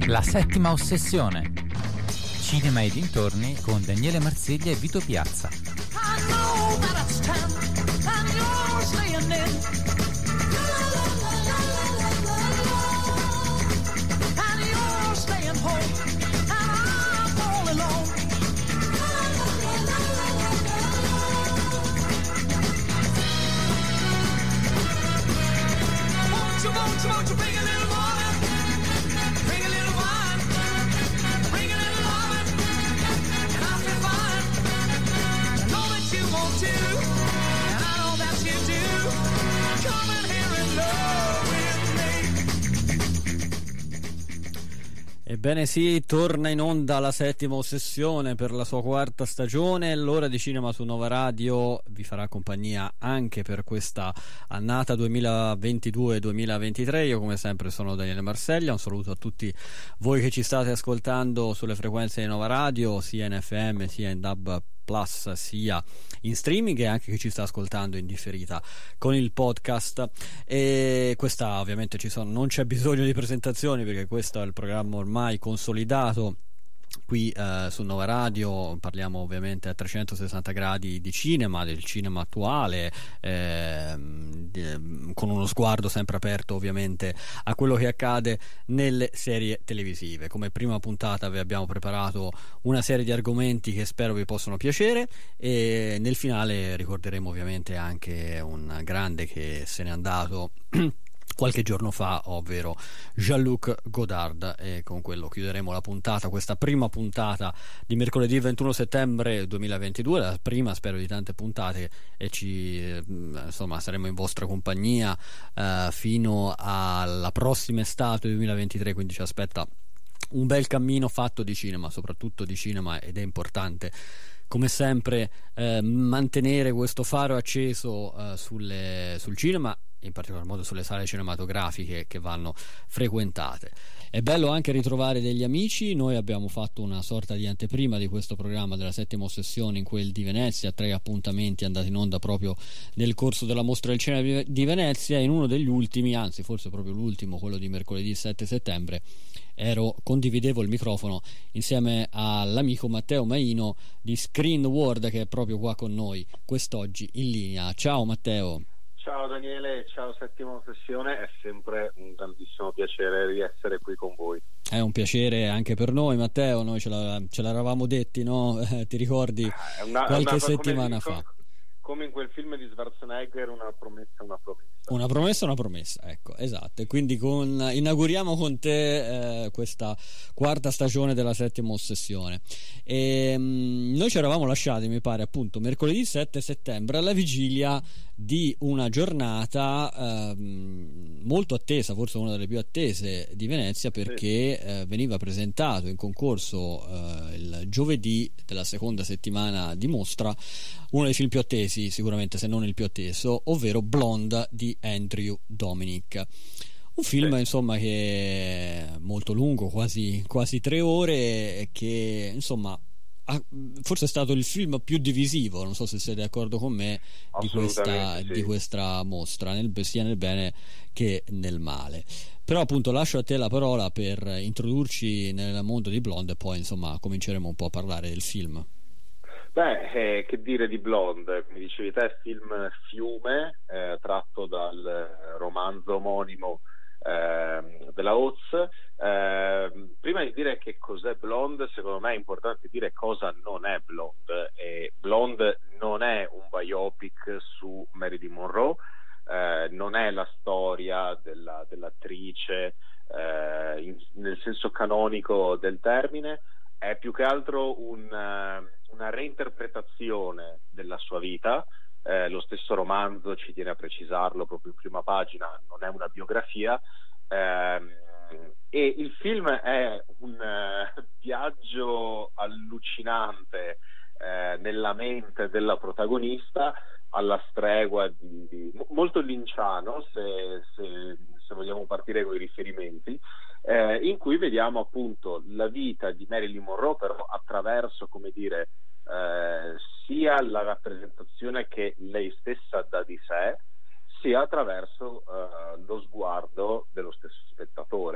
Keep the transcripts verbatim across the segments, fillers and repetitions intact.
La settima ossessione. Cinema e dintorni con Daniele Marzeglia e Vito Piazza. Ebbene sì, torna in onda la settima ossessione per la sua quarta stagione. L'ora di cinema su Nova Radio vi farà compagnia anche per questa annata duemilaventidue duemilaventitré. Io come sempre sono Daniele Marzeglia, un saluto a tutti voi che ci state ascoltando sulle frequenze di Nova Radio, sia in F M sia in D A B Plus, sia in streaming, e anche chi ci sta ascoltando in differita con il podcast. E questa ovviamente ci sono, non c'è bisogno di presentazioni, perché questo è il programma ormai consolidato qui eh, su Nova Radio. Parliamo ovviamente a trecentosessanta gradi di cinema, del cinema attuale, eh, di, con uno sguardo sempre aperto ovviamente a quello che accade nelle serie televisive. Come prima puntata vi abbiamo preparato una serie di argomenti che spero vi possano piacere, e nel finale ricorderemo ovviamente anche un grande che se n'è andato qualche giorno fa, ovvero Jean-Luc Godard, e con quello chiuderemo la puntata, questa prima puntata di mercoledì ventuno settembre duemilaventidue, la prima spero di tante puntate, e ci insomma saremo in vostra compagnia eh, fino alla prossima estate duemilaventitré, quindi ci aspetta un bel cammino fatto di cinema, soprattutto di cinema, ed è importante come sempre eh, mantenere questo faro acceso eh, sulle, sul cinema, in particolar modo sulle sale cinematografiche che vanno frequentate. È bello anche ritrovare degli amici. Noi abbiamo fatto una sorta di anteprima di questo programma della settima ossessione in quel di Venezia, tre appuntamenti andati in onda proprio nel corso della mostra del cinema di Venezia. In uno degli ultimi, anzi forse proprio l'ultimo, quello di mercoledì sette settembre, ero condividevo il microfono insieme all'amico Matteo Maino di Screen World, che è proprio qua con noi quest'oggi in linea. Ciao Matteo. Ciao Daniele, ciao settima ossessione, è sempre un grandissimo piacere di essere qui con voi. È un piacere anche per noi, Matteo, noi ce, la, ce l'eravamo detti, no? Eh, ti ricordi una, qualche una, settimana come, fa? Come in quel film di Schwarzenegger, una promessa, una promessa. Una promessa, una promessa, ecco, esatto. E quindi con, inauguriamo con te eh, questa quarta stagione della settima ossessione. E, mh, noi ci eravamo lasciati, mi pare, appunto mercoledì sette settembre, alla vigilia di una giornata eh, molto attesa, forse una delle più attese di Venezia, perché eh, veniva presentato in concorso eh, il giovedì della seconda settimana di mostra uno dei film più attesi, sicuramente se non il più atteso, ovvero Blonde di Andrew Dominik. Un film sì. insomma che è molto lungo, quasi, quasi tre ore, che insomma ha, forse è stato il film più divisivo, non so se siete d'accordo con me, di questa, sì. di questa mostra, nel, sia nel bene che nel male. Però appunto lascio a te la parola per introdurci nel mondo di Blonde, e poi insomma cominceremo un po' a parlare del film. Beh, eh, che dire di Blonde? Come dicevi te, film fiume, eh, tratto dal romanzo omonimo eh, della Oz. Eh, prima di dire che cos'è Blonde, secondo me è importante dire cosa non è Blonde. E Blonde non è un biopic su Marilyn Monroe, eh, non è la storia della, dell'attrice eh, in, nel senso canonico del termine, è più che altro un, una reinterpretazione della sua vita. Eh, lo stesso romanzo ci tiene a precisarlo proprio in prima pagina, non è una biografia, ehm, e il film è un uh, viaggio allucinante eh, nella mente della protagonista, alla stregua di, di molto linciano, se, se, se vogliamo partire con i riferimenti, eh, in cui vediamo appunto la vita di Marilyn Monroe, però attraverso, come dire, eh, sia la rappresentazione che lei stessa dà di sé, sia attraverso eh, lo sguardo dello stesso spettatore.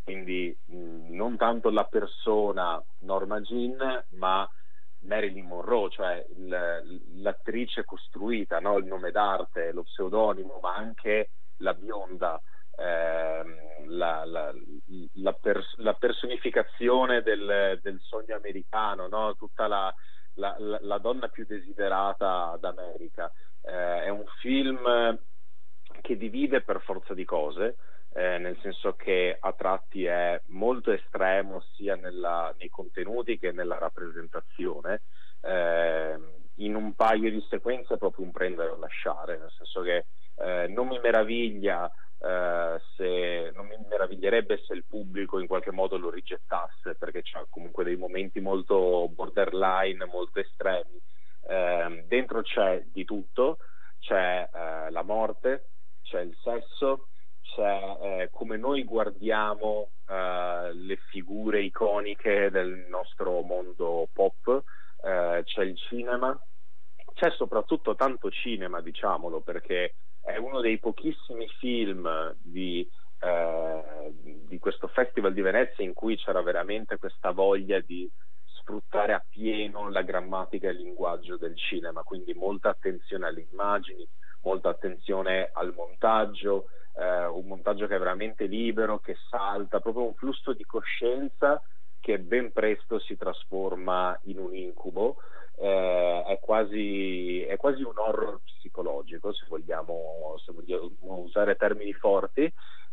quindi mh, non tanto la persona Norma Jean, ma Marilyn Monroe, cioè il, l'attrice costruita, no? Il nome d'arte, lo pseudonimo, ma anche la bionda, ehm, la, la, la, pers- la personificazione del, del sogno americano, no? Tutta la, la, la donna più desiderata d'America. Eh, è un film che divide per forza di cose, eh, nel senso che a tratti è molto estremo sia nella, nei contenuti che nella rappresentazione, eh, in un paio di sequenze è proprio un prendere o lasciare, nel senso che eh, non mi meraviglia eh, se non mi meraviglierebbe se il pubblico in qualche modo lo rigettasse, perché c'ha comunque dei momenti molto borderline, molto estremi. Eh, dentro c'è di tutto, c'è eh, la morte, c'è il sesso, c'è eh, come noi guardiamo eh, le figure iconiche del nostro mondo pop, eh, c'è il cinema, c'è soprattutto tanto cinema, diciamolo, perché è uno dei pochissimi film di, eh, di questo Festival di Venezia in cui c'era veramente questa voglia di sfruttare appieno la grammatica e il linguaggio del cinema, quindi molta attenzione alle immagini, molta attenzione al montaggio, eh, un montaggio che è veramente libero, che salta, proprio un flusso di coscienza che ben presto si trasforma in un incubo. Eh, è quasi è quasi un horror psicologico, se vogliamo, se vogliamo usare termini forti.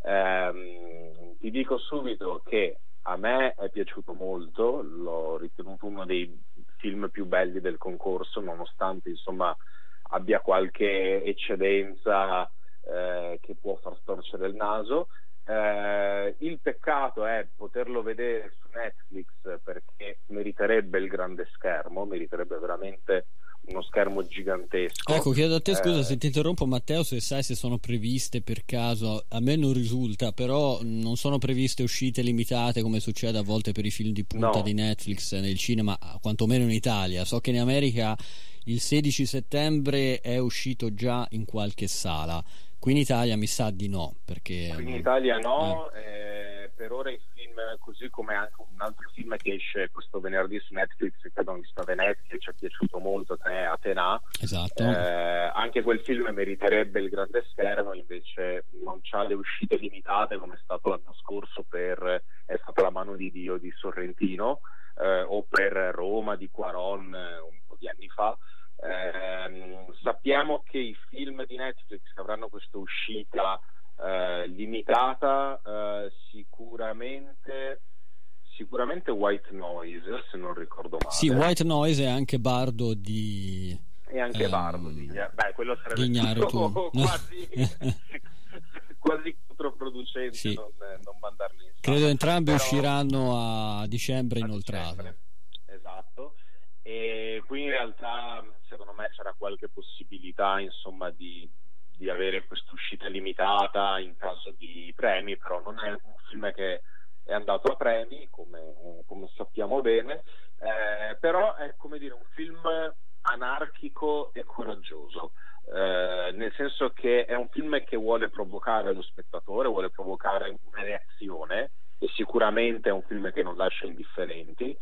Eh, ti dico subito che a me è piaciuto molto, l'ho ritenuto uno dei film più belli del concorso, nonostante insomma abbia qualche eccedenza eh, che può far storcere il naso. Eh, il peccato è poterlo vedere su Netflix, perché meriterebbe il grande schermo, meriterebbe veramente uno schermo gigantesco. Ecco, chiedo a te scusa eh, se ti interrompo, Matteo, se sai se sono previste per caso. A me non risulta, però non sono previste uscite limitate come succede a volte per i film di punta no. di Netflix nel cinema, quantomeno in Italia. So che in America il sedici settembre è uscito già in qualche sala. Qui in Italia mi sa di no, perché Qui in Italia no, eh. Eh, per ora i film, così come anche un altro film che esce questo venerdì su Netflix che abbiamo visto a Venezia, ci è piaciuto molto, che è Atena. Esatto. Eh, anche quel film meriterebbe il grande schermo, invece non c'ha le uscite limitate come è stato l'anno scorso per È stata la mano di Dio di Sorrentino, eh, o per Roma di Cuarón eh, un po' di anni fa. Eh, sappiamo che i film di Netflix che avranno questa uscita eh, limitata, eh, sicuramente sicuramente White Noise, se non ricordo male. Sì, White Noise è anche Bardo di e anche ehm, Bardo di beh, quello sarebbe tutto, quasi quasi controproducente, sì. non, non mandarli in sala. Credo entrambi Però, usciranno a dicembre a inoltrato. Dicembre. Esatto. E qui in realtà secondo me c'era qualche possibilità insomma di, di avere questa uscita limitata in caso di premi, però non è un film che è andato a premi come, come sappiamo bene, eh, però è come dire un film anarchico e coraggioso, eh, nel senso che è un film che vuole provocare lo spettatore, vuole provocare una reazione, e sicuramente è un film che non lascia indifferenti.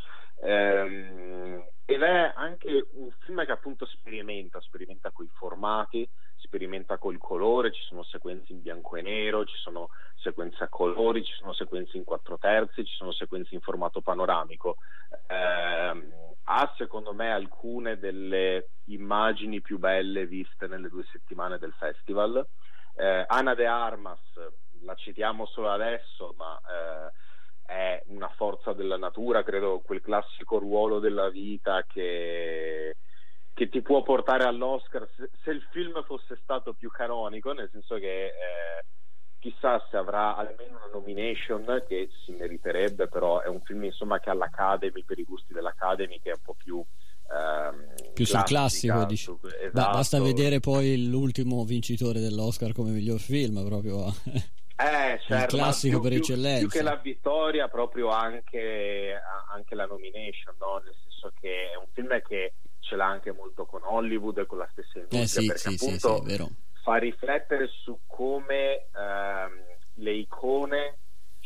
Ehm, ed è anche un film che appunto sperimenta sperimenta coi formati, sperimenta col colore, ci sono sequenze in bianco e nero, ci sono sequenze a colori, ci sono sequenze in quattro terzi, ci sono sequenze in formato panoramico. Ehm, ha secondo me alcune delle immagini più belle viste nelle due settimane del festival. eh, Ana de Armas la citiamo solo adesso, ma eh, è una forza della natura, credo quel classico ruolo della vita che, che ti può portare all'Oscar se, se il film fosse stato più canonico, nel senso che eh, chissà se avrà almeno una nomination, che si meriterebbe, però è un film insomma che all'Academy, per i gusti dell'Academy, che è un po' più ehm, più sul classico, dici. Su, esatto. Basta vedere poi l'ultimo vincitore dell'Oscar come miglior film, proprio Eh, certo, il classico più, per più, eccellenza. Più che la vittoria, proprio anche, anche la nomination, no? Nel senso che è un film che ce l'ha anche molto con Hollywood e con la stessa industria, eh sì, perché sì, appunto sì, sì, vero. fa riflettere su come ehm, le icone, cioè su quelle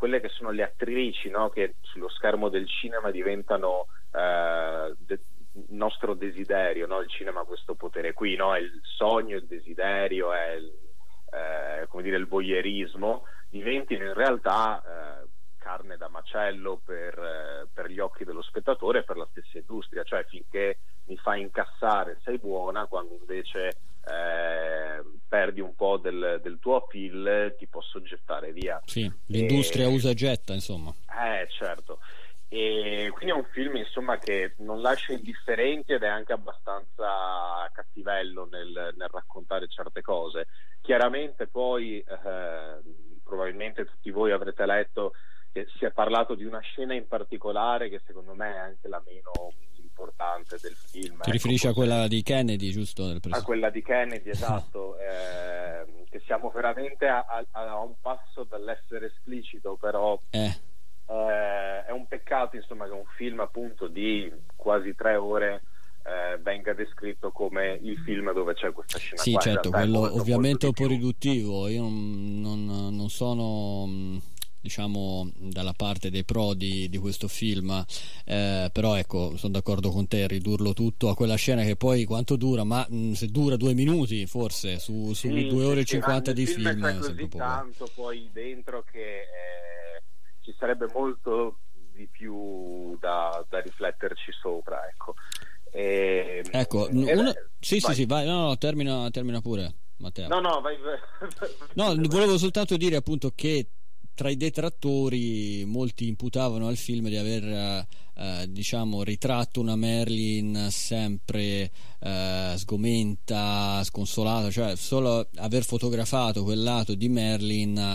quelle che sono le attrici, no? Che sullo schermo del cinema diventano eh, de- nostro desiderio, no? Il cinema ha questo potere qui, no? È il sogno, il desiderio, è il, eh, come dire, il voyeurismo, diventino in realtà eh, carne da macello per, eh, per gli occhi dello spettatore e per la stessa industria, cioè finché mi fa incassare sei buona, quando invece eh, perdi un po' del, del tuo appeal ti posso gettare via. Sì, l'industria e... usa e getta, insomma. Eh, certo. E quindi è un film, insomma, che non lascia indifferenti ed è anche abbastanza cattivello nel, nel raccontare certe cose. Chiaramente poi eh, probabilmente tutti voi avrete letto che si è parlato di una scena in particolare che secondo me è anche la meno importante del film. Ti ecco, riferisci a quella forse... di Kennedy, giusto? Del a quella di Kennedy, esatto. eh, che siamo veramente a, a, a un passo dall'essere esplicito, però eh. Eh, è un peccato, insomma, che un film appunto di quasi tre ore eh, venga descritto come il film dove c'è questa scena. Sì, qua. certo, Quello molto, ovviamente è un po' più. riduttivo. Io non, non, non sono, diciamo, dalla parte dei pro di, di questo film, eh, però ecco, sono d'accordo con te, ridurlo tutto a quella scena che poi quanto dura, ma mh, se dura due minuti forse su, su sì, due ore sì, e cinquanta di film, film c'è è sempre così poco. tanto poi dentro che eh, ci sarebbe molto di più da, da rifletterci sopra, ecco. E, ecco, e una... beh, sì, vai. sì, sì, vai, no, no, termina, termina pure, Matteo. No, no, vai, vai. No, volevo soltanto dire appunto che tra i detrattori molti imputavano al film di aver eh, diciamo ritratto una Marilyn sempre eh, sgomenta, sconsolata, cioè solo aver fotografato quel lato di Marilyn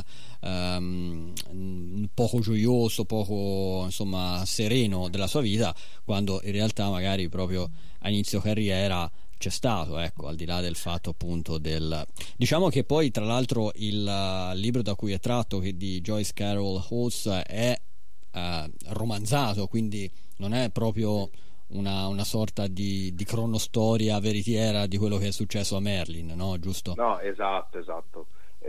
ehm, poco gioioso, poco insomma sereno della sua vita, quando in realtà magari proprio a inizio carriera c'è stato, ecco, al di là del fatto appunto del, diciamo che poi tra l'altro il uh, libro da cui è tratto, che di Joyce Carol Oates, è uh, romanzato, quindi non è proprio una, una sorta di, di cronostoria veritiera di quello che è successo a Marilyn, no? Giusto? No, esatto, esatto.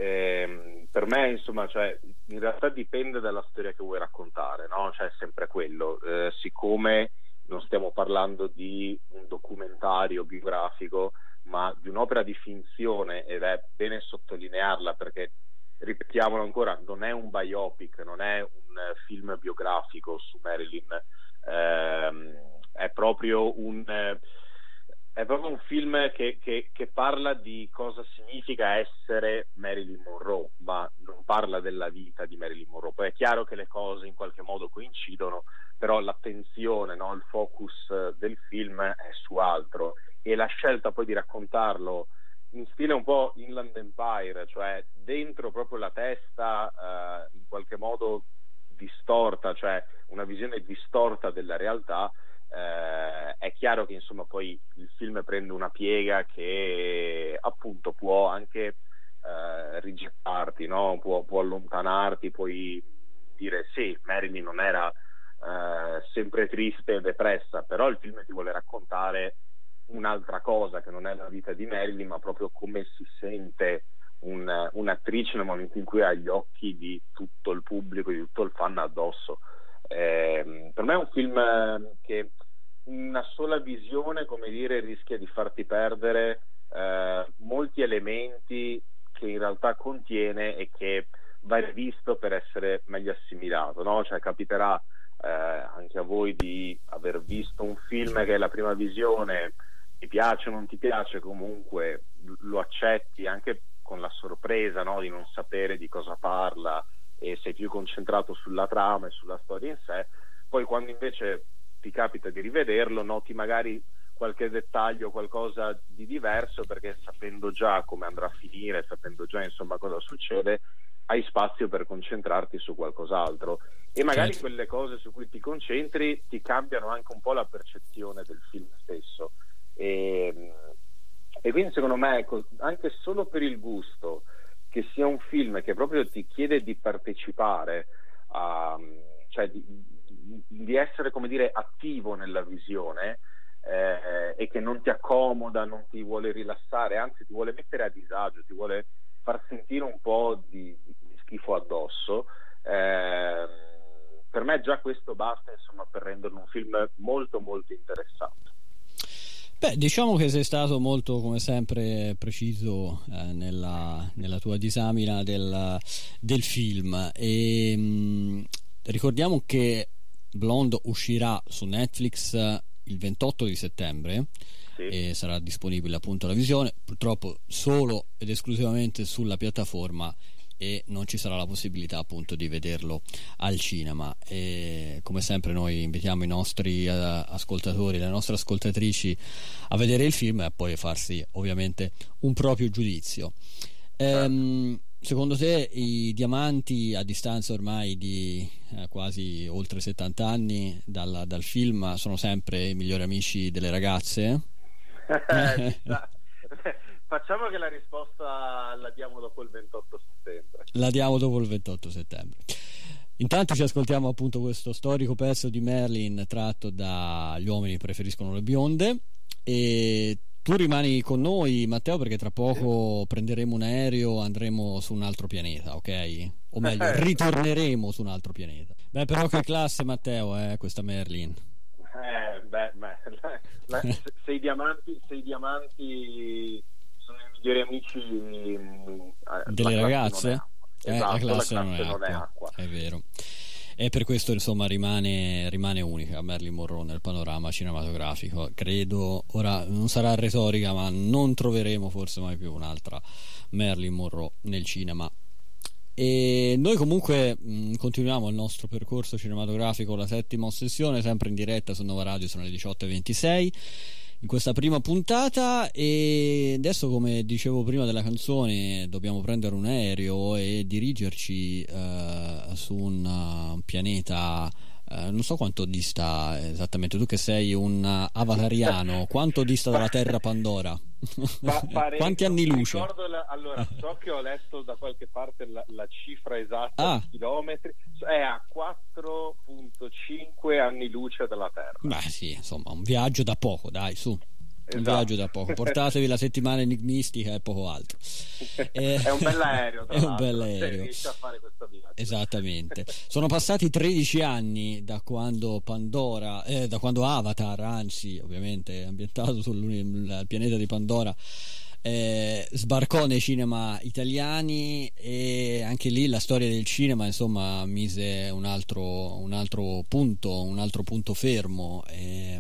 Eh, per me, insomma, cioè, in realtà dipende dalla storia che vuoi raccontare, no? Cioè, è sempre quello. Eh, siccome non stiamo parlando di un documentario biografico, ma di un'opera di finzione, ed è bene sottolinearla perché, ripetiamolo ancora, non è un biopic, non è un film biografico su Marilyn, ehm, è proprio un è proprio un film che, che, che parla di cosa significa essere Marilyn Monroe, ma non parla della vita di Marilyn Monroe. Poi è chiaro che le cose in qualche modo coincidono, però l'attenzione, no, il focus del film è su altro, e la scelta poi di raccontarlo in stile un po' Inland Empire, cioè dentro proprio la testa eh, in qualche modo distorta, cioè una visione distorta della realtà. Eh, è chiaro che insomma poi il film prende una piega che appunto può anche eh, rigettarti, no? può, può allontanarti, puoi dire sì, Marilyn non era eh, sempre triste e depressa, però il film ti vuole raccontare un'altra cosa, che non è la vita di Marilyn, ma proprio come si sente un, un'attrice nel momento in cui ha gli occhi di tutto il pubblico, di tutto il fan addosso. Eh, per me è un film che una sola visione, come dire, rischia di farti perdere eh, molti elementi che in realtà contiene e che va rivisto per essere meglio assimilato, no? Cioè capiterà eh, anche a voi di aver visto un film che è la prima visione, ti piace o non ti piace, comunque lo accetti anche con la sorpresa, no? Di non sapere di cosa parla e sei più concentrato sulla trama e sulla storia in sé. Poi quando invece ti capita di rivederlo, noti magari qualche dettaglio, qualcosa di diverso, perché sapendo già come andrà a finire, sapendo già insomma cosa succede, hai spazio per concentrarti su qualcos'altro, e magari certo, quelle cose su cui ti concentri ti cambiano anche un po' la percezione del film stesso. E, e quindi secondo me, ecco, anche solo per il gusto che sia un film che proprio ti chiede di partecipare a, cioè di, di essere, come dire, attivo nella visione, eh, e che non ti accomoda, non ti vuole rilassare, anzi ti vuole mettere a disagio, ti vuole far sentire un po' di, di schifo addosso, Eh, per me già questo basta, insomma, per renderlo un film molto molto interessante. Beh, diciamo che sei stato molto, come sempre, preciso eh, nella, nella tua disamina del, del film. E mh, ricordiamo che Blonde uscirà su Netflix il ventotto di settembre. Sì. E sarà disponibile appunto la visione, purtroppo solo ed esclusivamente sulla piattaforma, e non ci sarà la possibilità appunto di vederlo al cinema. E come sempre noi invitiamo i nostri uh, ascoltatori, le nostre ascoltatrici a vedere il film e a poi farsi ovviamente un proprio giudizio. Ehm, secondo te i Diamanti, a distanza ormai di eh, quasi oltre settanta anni dal, dal film, sono sempre i migliori amici delle ragazze? Facciamo che la risposta la diamo dopo il ventotto settembre. La diamo dopo il ventotto settembre. Intanto ci ascoltiamo appunto questo storico pezzo di Merlin tratto da Gli uomini preferiscono le bionde, e tu rimani con noi, Matteo, perché tra poco sì. prenderemo un aereo, andremo su un altro pianeta, ok? O meglio, ritorneremo su un altro pianeta. Beh, però che classe, Matteo, eh, questa Merlin. Eh, beh, beh la, la, se, i diamanti, se i diamanti sono i migliori amici mh, delle ragazze, eh, esatto, la classe, non, è non è acqua, è vero. E per questo insomma rimane, rimane unica Marilyn Monroe nel panorama cinematografico. Credo, ora non sarà retorica, ma non troveremo forse mai più un'altra Marilyn Monroe nel cinema. E noi comunque mh, continuiamo il nostro percorso cinematografico, la settima ossessione, sempre in diretta su Nova Radio, sono le diciotto e ventisei in questa prima puntata. E adesso, come dicevo prima della canzone, dobbiamo prendere un aereo e dirigerci eh, su un uh, pianeta. Uh, non so quanto dista esattamente, tu che sei un uh, avatariano, quanto dista dalla Terra Pandora? Pa- Quanti anni luce? La, allora, so che ho letto da qualche parte la, la cifra esatta ah. di chilometri, è a quattro virgola cinque anni luce dalla Terra. Beh sì, insomma, un viaggio da poco, dai, su. Un esatto. viaggio da poco, portatevi la settimana enigmistica e poco altro. Eh, è un bell'aereo, tra è un bell'aereo. Riesci a fare questo viaggio. Esattamente. Sono passati tredici anni da quando Pandora, eh, da quando Avatar, anzi, ovviamente ambientato sul pianeta di Pandora, eh, sbarcò nei cinema italiani, e anche lì la storia del cinema insomma mise un altro, un altro punto, un altro punto fermo. E,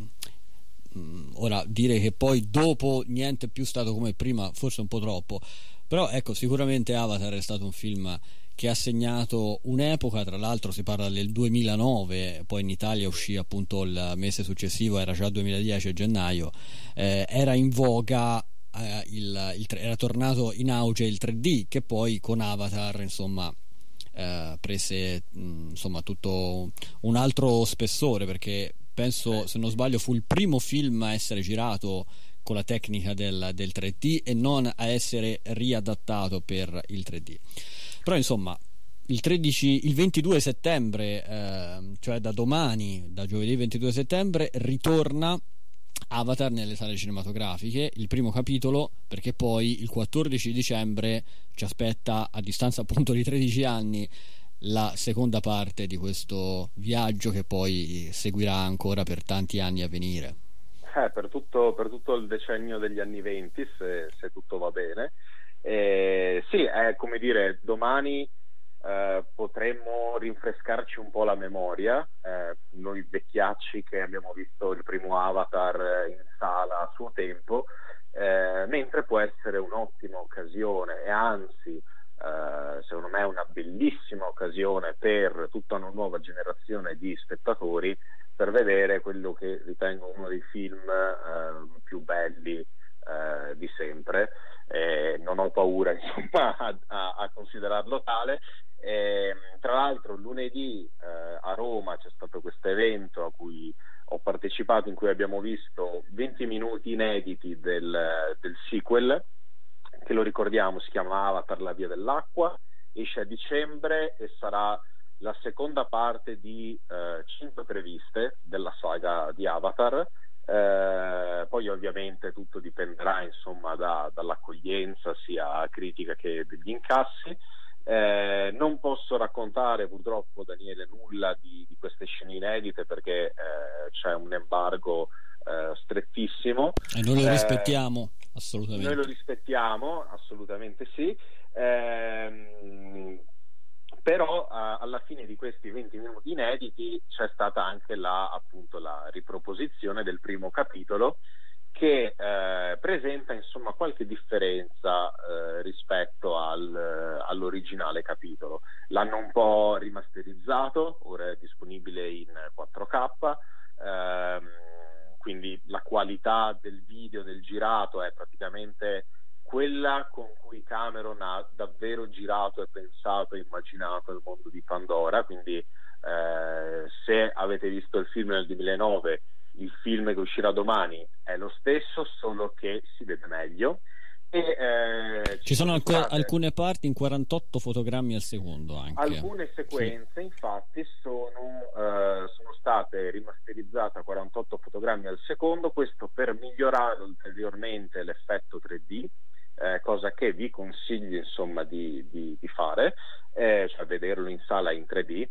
ora dire che poi dopo niente è più stato come prima forse un po' troppo, però ecco, sicuramente Avatar è stato un film che ha segnato un'epoca. Tra l'altro si parla del duemilanove, poi in Italia uscì appunto il mese successivo, era già duemiladieci a gennaio. Eh, era in voga eh, il, il, era tornato in auge il tre D, che poi con Avatar insomma eh, prese mh, insomma tutto un altro spessore, perché penso, se non sbaglio, fu il primo film a essere girato con la tecnica del, del tre D e non a essere riadattato per il tre D. Però insomma il tredici, il ventidue settembre, eh, cioè da domani, da giovedì ventidue settembre, ritorna Avatar nelle sale cinematografiche, il primo capitolo, perché poi il quattordici dicembre ci aspetta, a distanza appunto di tredici anni, la seconda parte di questo viaggio che poi seguirà ancora per tanti anni a venire. Eh, per, tutto, per tutto il decennio degli anni venti, se, se tutto va bene. Eh, sì, è come dire, domani eh, potremmo rinfrescarci un po' la memoria, eh, noi vecchiacci che abbiamo visto il primo Avatar in sala a suo tempo, eh, mentre può essere un'ottima occasione, e anzi Uh, secondo me è una bellissima occasione per tutta una nuova generazione di spettatori per vedere quello che ritengo uno dei film uh, più belli uh, di sempre. Eh, non ho paura insomma a, a, a considerarlo tale. Eh, tra l'altro lunedì uh, a Roma c'è stato questo evento a cui ho partecipato, in cui abbiamo visto venti minuti inediti del, del sequel, che lo ricordiamo si chiama Avatar la via dell'acqua, esce a dicembre e sarà la seconda parte di eh, cinque previste della saga di Avatar. Eh, poi ovviamente tutto dipenderà insomma da, dall'accoglienza sia critica che degli incassi, Eh, non posso raccontare purtroppo, Daniele, nulla di, di queste scene inedite perché eh, c'è un embargo eh, strettissimo. E noi lo eh, rispettiamo, assolutamente. Noi lo rispettiamo, assolutamente sì. Eh, però a, alla fine di questi venti minuti inediti c'è stata anche la, appunto, la riproposizione del primo capitolo, che eh, presenta insomma qualche differenza eh, rispetto al, all'originale capitolo. L'hanno un po' rimasterizzato, ora è disponibile in quattro K, ehm, quindi la qualità del video, del girato è praticamente quella con cui Cameron ha davvero girato e pensato e immaginato il mondo di Pandora. Quindi eh, se avete visto il film nel duemilanove, il film che uscirà domani è lo stesso, solo che si vede meglio. E, eh, ci sono state... alc- alcune parti in quarantotto fotogrammi al secondo anche. Alcune sequenze sì. Infatti sono, eh, sono state rimasterizzate a quarantotto fotogrammi al secondo, questo per migliorare ulteriormente l'effetto tre D, eh, cosa che vi consiglio insomma di, di, di fare, eh, cioè vederlo in sala in tre D,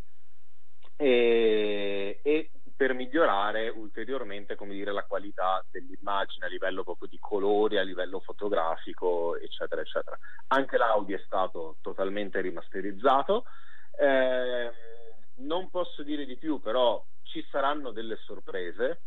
e, e per migliorare ulteriormente, come dire, la qualità dell'immagine a livello proprio di colori, a livello fotografico, eccetera eccetera. Anche l'audio è stato totalmente rimasterizzato. Eh, non posso dire di più, però ci saranno delle sorprese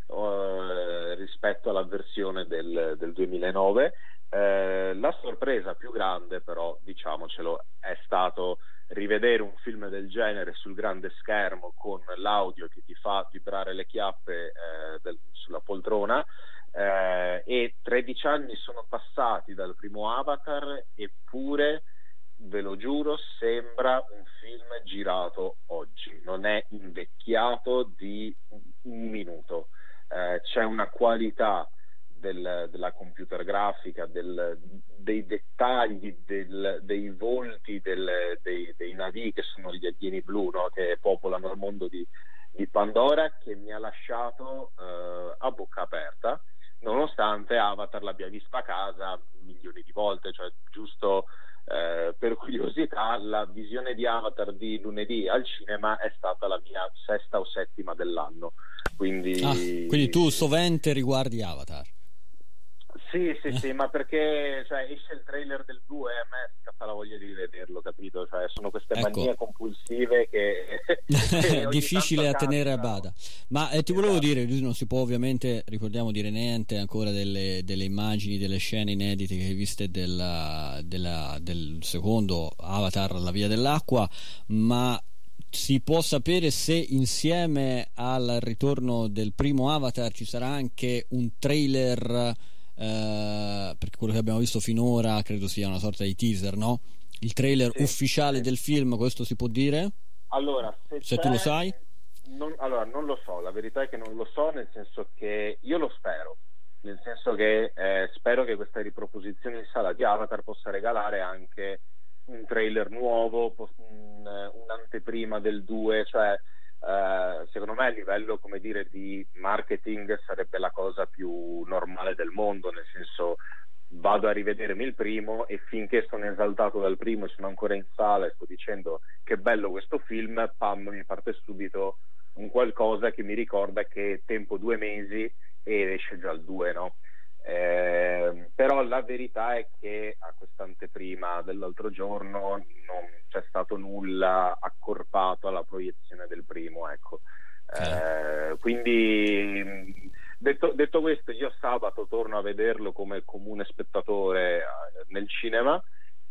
eh, rispetto alla versione del, del duemilanove. Eh, la sorpresa più grande, però, diciamocelo, è stato rivedere un film del genere sul grande schermo con l'audio che ti fa vibrare le chiappe eh, del, sulla poltrona, eh, e tredici anni sono passati dal primo Avatar, eppure ve lo giuro sembra un film girato oggi, non è invecchiato di un minuto. Eh, c'è una qualità Del, della computer grafica, del, dei dettagli, del, dei volti del, dei, dei Na'vi, che sono gli alieni blu, no? Che popolano il mondo di, di Pandora, che mi ha lasciato eh, a bocca aperta, nonostante Avatar l'abbia vista a casa milioni di volte. Cioè, giusto eh, per curiosità, la visione di Avatar di lunedì al cinema è stata la mia sesta o settima dell'anno, quindi, ah, quindi tu sovente riguardi Avatar. Sì, sì, sì, ma perché cioè, esce il trailer del due e a me scatta la voglia di rivederlo, capito? Cioè, sono queste ecco. manie compulsive che, che difficile a tenere a cantano. bada. Ma eh, ti volevo esatto. dire, non si può ovviamente, ricordiamo, dire niente ancora delle, delle immagini, delle scene inedite che hai viste della, della, del secondo Avatar, La Via dell'Acqua, ma si può sapere se insieme al ritorno del primo Avatar ci sarà anche un trailer? Uh, perché quello che abbiamo visto finora credo sia una sorta di teaser, no? Il trailer sì, ufficiale sì. del film, questo si può dire? Allora, se, se tu lo sai? Non, allora, non lo so, la verità è che non lo so, nel senso che io lo spero, nel senso che eh, spero che questa riproposizione in sala di Avatar possa regalare anche un trailer nuovo, un, un'anteprima del due, cioè Uh, secondo me a livello, come dire, di marketing sarebbe la cosa più normale del mondo, nel senso, vado a rivedermi il primo e finché sono esaltato dal primo e sono ancora in sala e sto dicendo che bello questo film, pam, mi parte subito un qualcosa che mi ricorda che tempo due mesi e esce già il due, no? Eh, però la verità è che a quest'anteprima dell'altro giorno non c'è stato nulla accorpato alla proiezione del primo, ecco. Eh, quindi detto, detto questo, io sabato torno a vederlo come comune spettatore nel cinema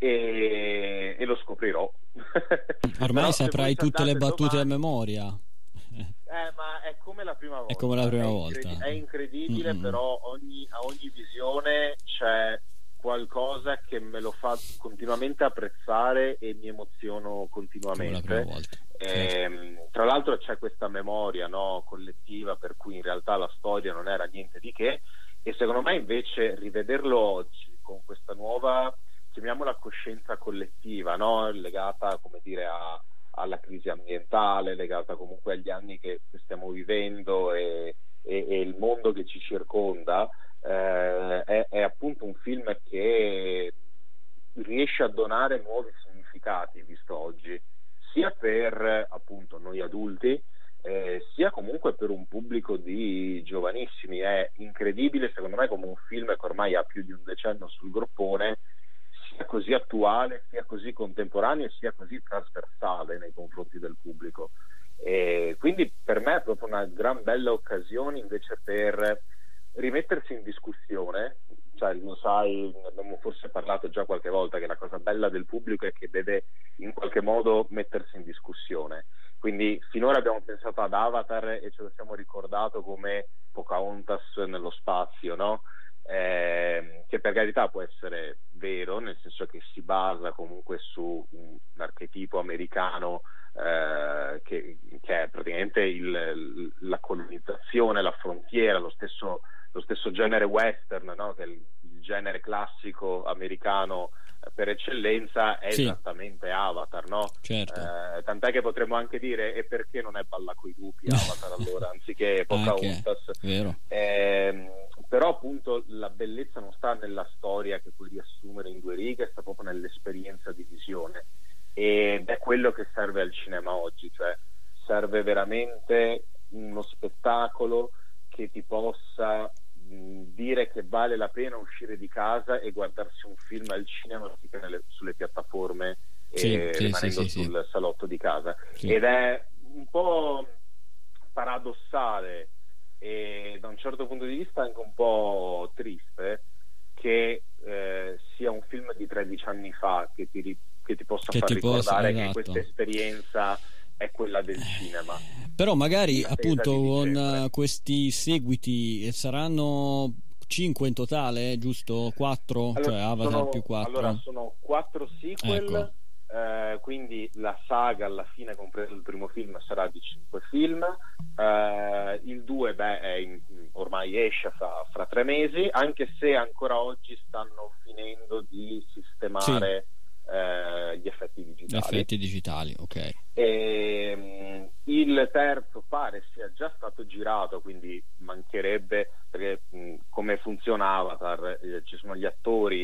e, e lo scoprirò. Ormai no, saprai tutte le battute domani... a memoria. Eh, ma è come la prima volta. È come la prima è volta. Incredi- è incredibile, Mm-mm. però ogni, a ogni visione c'è qualcosa che me lo fa continuamente apprezzare e mi emoziono continuamente. Come la prima volta. E, certo. Tra l'altro c'è questa memoria, no, collettiva, per cui in realtà la storia non era niente di che, e secondo me invece rivederlo oggi con questa nuova, chiamiamola coscienza collettiva, no, legata, come dire, a alla crisi ambientale, legata comunque agli anni che stiamo vivendo e, e, e il mondo che ci circonda, eh, è, è appunto un film che riesce a donare nuovi significati giocati, visto oggi, sia per appunto noi adulti, eh, sia comunque per un pubblico di giovanissimi. È incredibile secondo me come un film che ormai ha più di un decennio sul groppone sia così attuale, sia così contemporaneo e sia così trasversale nei confronti del pubblico. E quindi per me è proprio una gran bella occasione invece per rimettersi in discussione. Cioè, lo sai, ne abbiamo forse parlato già qualche volta, che la cosa bella del pubblico è che deve in qualche modo mettersi in discussione. Quindi finora abbiamo pensato ad Avatar e ce lo siamo ricordato come Pocahontas nello spazio, no? Eh, che per carità può essere vero, nel senso che si basa comunque su un archetipo americano eh, che, che è praticamente il, la colonizzazione, la frontiera, lo stesso, lo stesso genere western, no? Che è il, il genere classico americano per eccellenza, è sì. esattamente Avatar, no? Certo. Eh, tant'è che potremmo anche dire: e perché non è Balla coi lupi Avatar allora, anziché Pocahontas? Vero. Eh, però appunto la bellezza non sta nella storia che puoi riassumere in due righe, sta proprio nell'esperienza di visione, ed è quello che serve al cinema oggi. Cioè serve veramente uno spettacolo che ti possa dire che vale la pena uscire di casa e guardarsi un film al cinema anziché nelle, sulle piattaforme sì, e sì, rimanendo sì, sul sì. salotto di casa. Sì. Ed è un po' paradossale e da un certo punto di vista anche un po' triste che eh, sia un film di tredici anni fa che ti, che ti possa che far ti ricordare possa, che esatto. questa esperienza è quella del cinema. Però magari appunto con dicembre. questi seguiti saranno cinque in totale, giusto? Quattro? Allora, cioè Avatar sono, più quattro? Allora sono quattro sequel, ecco. eh, quindi la saga alla fine, compreso il primo film, sarà di cinque film. Eh, il due beh, è in, ormai esce fra, fra tre mesi, anche se ancora oggi stanno finendo di sistemare sì. Eh, gli effetti digitali. Gli effetti digitali, ok. E, um, il terzo pare sia già stato girato, quindi mancherebbe, perché mh, come funziona Avatar, eh, ci sono gli attori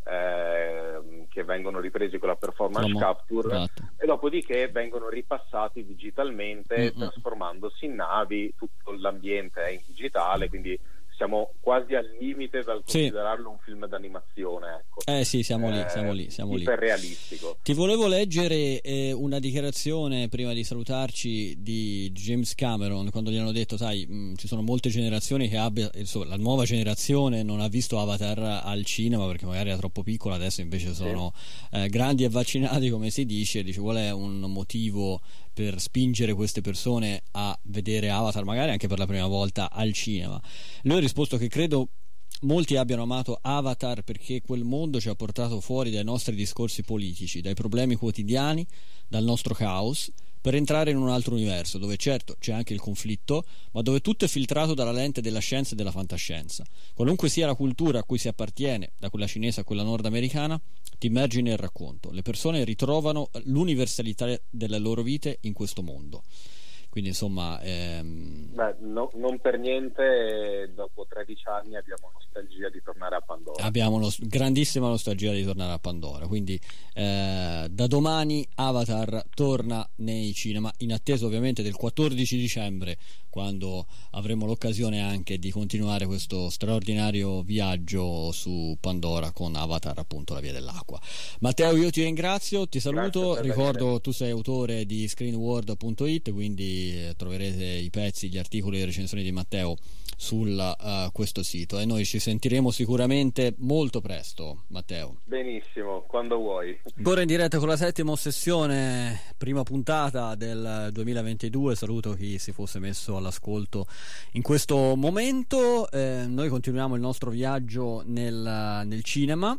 eh, che vengono ripresi con la performance Come, capture esatto. e dopodiché vengono ripassati digitalmente, Mm-mm. trasformandosi in navi, tutto l'ambiente è in digitale, quindi siamo quasi al limite dal considerarlo sì. un film d'animazione, ecco. Eh sì, siamo eh, lì, siamo lì, siamo lì. Iperrealistico. Ti volevo leggere eh, una dichiarazione prima di salutarci di James Cameron, quando gli hanno detto, sai, mh, ci sono molte generazioni che abbia, insomma, la nuova generazione non ha visto Avatar al cinema perché magari era troppo piccola, adesso invece sono sì. eh, grandi e vaccinati, come si dice, dice qual è un motivo per spingere queste persone a vedere Avatar magari anche per la prima volta al cinema. Lui ha risposto che credo molti abbiano amato Avatar perché quel mondo ci ha portato fuori dai nostri discorsi politici, dai problemi quotidiani, dal nostro caos, per entrare in un altro universo dove certo c'è anche il conflitto, ma dove tutto è filtrato dalla lente della scienza e della fantascienza. Qualunque sia la cultura a cui si appartiene, da quella cinese a quella nordamericana, ti immergi nel racconto. Le persone ritrovano l'universalità delle loro vite in questo mondo. Quindi insomma ehm... Beh, no, non per niente dopo tredici anni abbiamo nostalgia di tornare a Pandora. Abbiamo nos- grandissima nostalgia di tornare a Pandora. Quindi eh, da domani Avatar torna nei cinema, in attesa ovviamente del quattordici dicembre, quando avremo l'occasione anche di continuare questo straordinario viaggio su Pandora con Avatar, appunto la via dell'acqua. Matteo, io ti ringrazio, ti saluto, ricordo Daniele. Tu sei autore di screenworld punto it, quindi troverete i pezzi, gli articoli e le recensioni di Matteo su uh, questo sito e noi ci sentiremo sicuramente molto presto, Matteo. Benissimo, quando vuoi. Ancora in diretta con la settima ossessione, prima puntata del duemilaventidue, saluto chi si fosse messo all'ascolto in questo momento. Eh, noi continuiamo il nostro viaggio nel, nel cinema.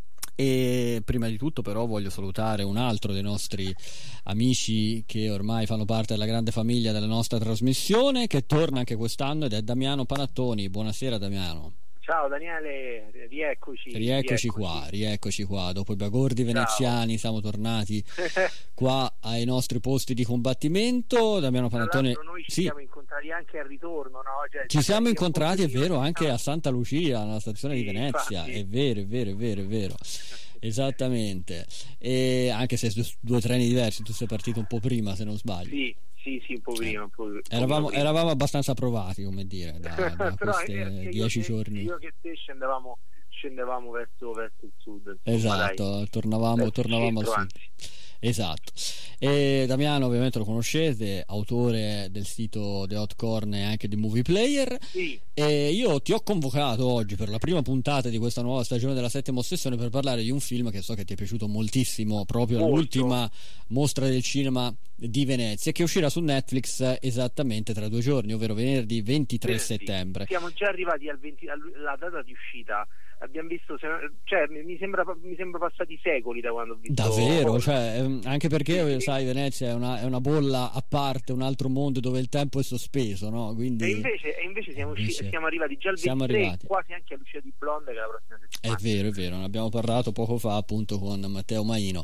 E prima di tutto però voglio salutare un altro dei nostri amici che ormai fanno parte della grande famiglia della nostra trasmissione, che torna anche quest'anno, ed è Damiano Panattoni. Buonasera Damiano. Ciao Daniele, rieccoci. Rieccoci, rieccoci. qua, rieccoci qua. Dopo i bagordi veneziani Ciao. Siamo tornati qua ai nostri posti di combattimento. Damiano Panattoni. Noi ci sì. siamo incontrati anche al ritorno, no? Cioè, ci siamo incontrati, è vero, io... anche a Santa Lucia, alla stazione sì, di Venezia. Infatti. È vero, è vero, è vero, è vero. Esattamente, e anche se su due treni diversi, tu sei partito un po' prima se non sbaglio. Sì, sì, sì, un po' prima. Un po', un po eravamo, prima. eravamo abbastanza provati, come dire, da, da Però questi dieci io che, giorni. Io che te scendevamo, scendevamo verso, verso il sud. Esatto, dai. tornavamo, Verso tornavamo centro, al sud. Esatto. E Damiano ovviamente lo conoscete, autore del sito The Hot Corn e anche di Movie Player. Sì. E io ti ho convocato oggi per la prima puntata di questa nuova stagione della settima ossessione per parlare di un film che so che ti è piaciuto moltissimo, proprio Molto. all'ultima mostra del cinema di Venezia, che uscirà su Netflix esattamente tra due giorni, ovvero venerdì ventitré Venerdì. settembre. Siamo già arrivati al venti, alla data di uscita. Abbiamo visto, cioè mi sembra, mi sembra passati secoli da quando ho visto. Davvero, cioè, anche perché sì, sai, Venezia è una, è una bolla a parte, un altro mondo dove il tempo è sospeso, no? Quindi e invece, e invece siamo, invece usciti, siamo arrivati già al siamo ventitré, arrivati. quasi anche all'uscita di Blonde, che è la prossima settimana. È vero, è vero, ne abbiamo parlato poco fa appunto con Matteo Maino,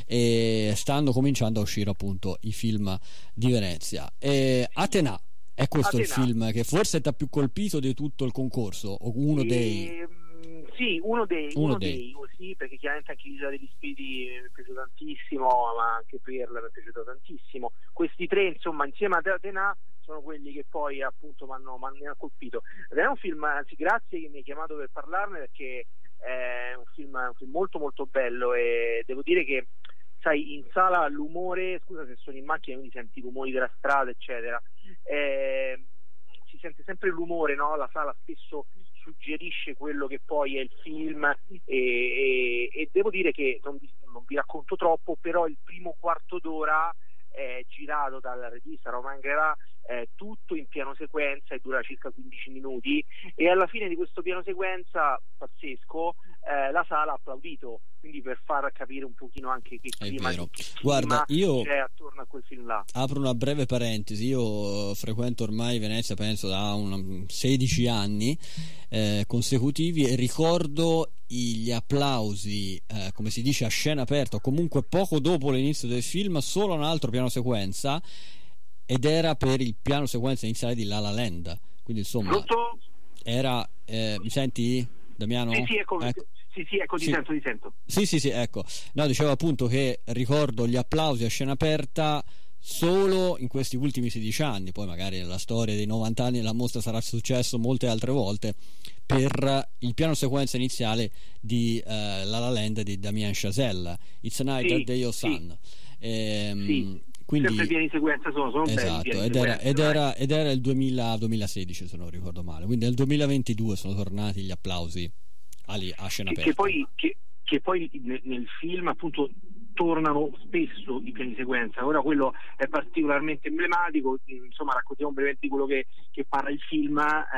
e stanno cominciando a uscire appunto i film di Venezia. E Athéna è questo Athéna. Il film che forse ti ha più colpito di tutto il concorso, o uno e... dei Sì, uno dei, uno uno dei. dei sì, perché chiaramente anche l'Isola degli Spiriti mi è piaciuto tantissimo, ma anche Perla mi è piaciuto tantissimo. Questi tre, insomma, insieme ad Athéna sono quelli che poi appunto mi hanno colpito. Ed è un film, anzi grazie che mi hai chiamato per parlarne, perché è un film, un film molto molto bello, e devo dire che, sai, in sala l'umore, scusa se sono in macchina quindi senti i rumori della strada eccetera, eh, si sente sempre l'umore, no? La sala spesso suggerisce quello che poi è il film, e, e, e devo dire che non vi, non vi racconto troppo, però il primo quarto d'ora è girato dal regista Romain Gavras, eh, tutto in piano sequenza, e dura circa quindici minuti, e alla fine di questo piano sequenza pazzesco eh, la sala ha applaudito, quindi per far capire un pochino anche che clima, vero. che clima Guarda, io c'è attorno a quel film là. Apro una breve parentesi, io frequento ormai Venezia penso da un sedici anni eh, consecutivi, e ricordo gli applausi eh, come si dice a scena aperta, o comunque poco dopo l'inizio del film, solo un altro piano sequenza, ed era per il piano sequenza iniziale di La La Land, quindi insomma Pronto? era eh, mi senti, Damiano? Sì, sì, ecco, ecco. sì, sì, ecco, ti Sì. sento, ti sento. Sì, sì, sì, ecco. No, dicevo appunto che ricordo gli applausi a scena aperta solo in questi ultimi sedici anni, poi magari nella storia dei novanta anni la mostra sarà successo molte altre volte, per il piano sequenza iniziale di uh, La La Land di Damien Chazelle, It's a Night Sì, at Day of sì. Sun. Ehm, Sì. Quindi, sempre piani sequenza sono, sono esatto, belli piani ed, era, sequenza, ed, dai. era, ed era il duemila duemilasedici se non ricordo male, quindi nel duemilaventidue sono tornati gli applausi ali, a scena che, aperta. che poi, che, che poi nel, nel film appunto tornano spesso i piani sequenza. Ora quello è particolarmente emblematico, insomma raccontiamo brevemente quello che, che parla il film.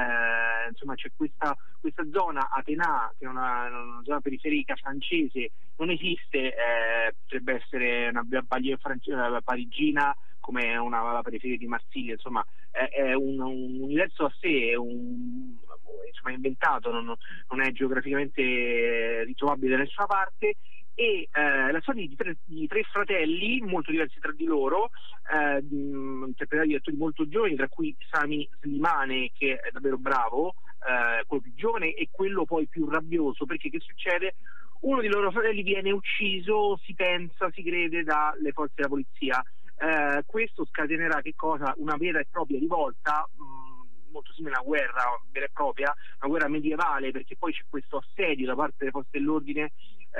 Eh, insomma c'è questa, questa zona Athéna, che è una, una zona periferica francese, non esiste, eh, potrebbe essere una banlieue france- parigina come una la periferia di Marsiglia, insomma è, è un, un universo a sé, è un, insomma, inventato, non, non è geograficamente ritrovabile da nessuna parte, e eh, la storia di tre, di tre fratelli molto diversi tra di loro, eh, interpretati da attori molto giovani, tra cui Sami Slimane, che è davvero bravo, eh, quello più giovane, e quello poi più rabbioso, perché che succede? Uno dei loro fratelli viene ucciso, si pensa, si crede, dalle forze della polizia. Eh, questo scatenerà che cosa? Una vera e propria rivolta, mh, molto simile a una guerra vera e propria, una guerra medievale, perché poi c'è questo assedio da parte delle forze dell'ordine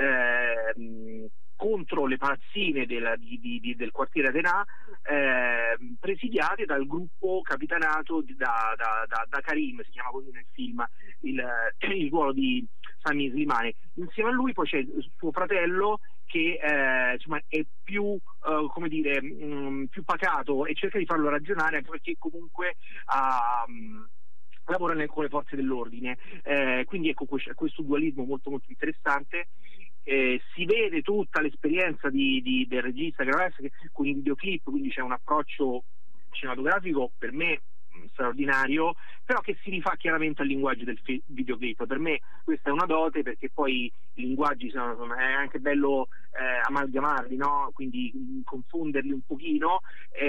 eh, mh, contro le palazzine del, di, di, di, del quartiere Athéna, eh, presidiate dal gruppo capitanato da, da, da, da Karim, si chiama così nel film il, il ruolo di Sami Slimane. Insieme a lui poi c'è il suo fratello, che eh, insomma è più uh, come dire mh, più pacato, e cerca di farlo ragionare, anche perché comunque ha um, lavora nel, con le forze dell'ordine, eh, quindi ecco questo dualismo molto molto interessante. Eh, si vede tutta l'esperienza di, di, del regista Gavras con i videoclip, quindi c'è un approccio cinematografico per me straordinario, però che si rifà chiaramente al linguaggio del fi- videoclip. Per me questa è una dote, perché poi i linguaggi sono, insomma, è anche bello eh, amalgamarli, no? Quindi mh, confonderli un pochino,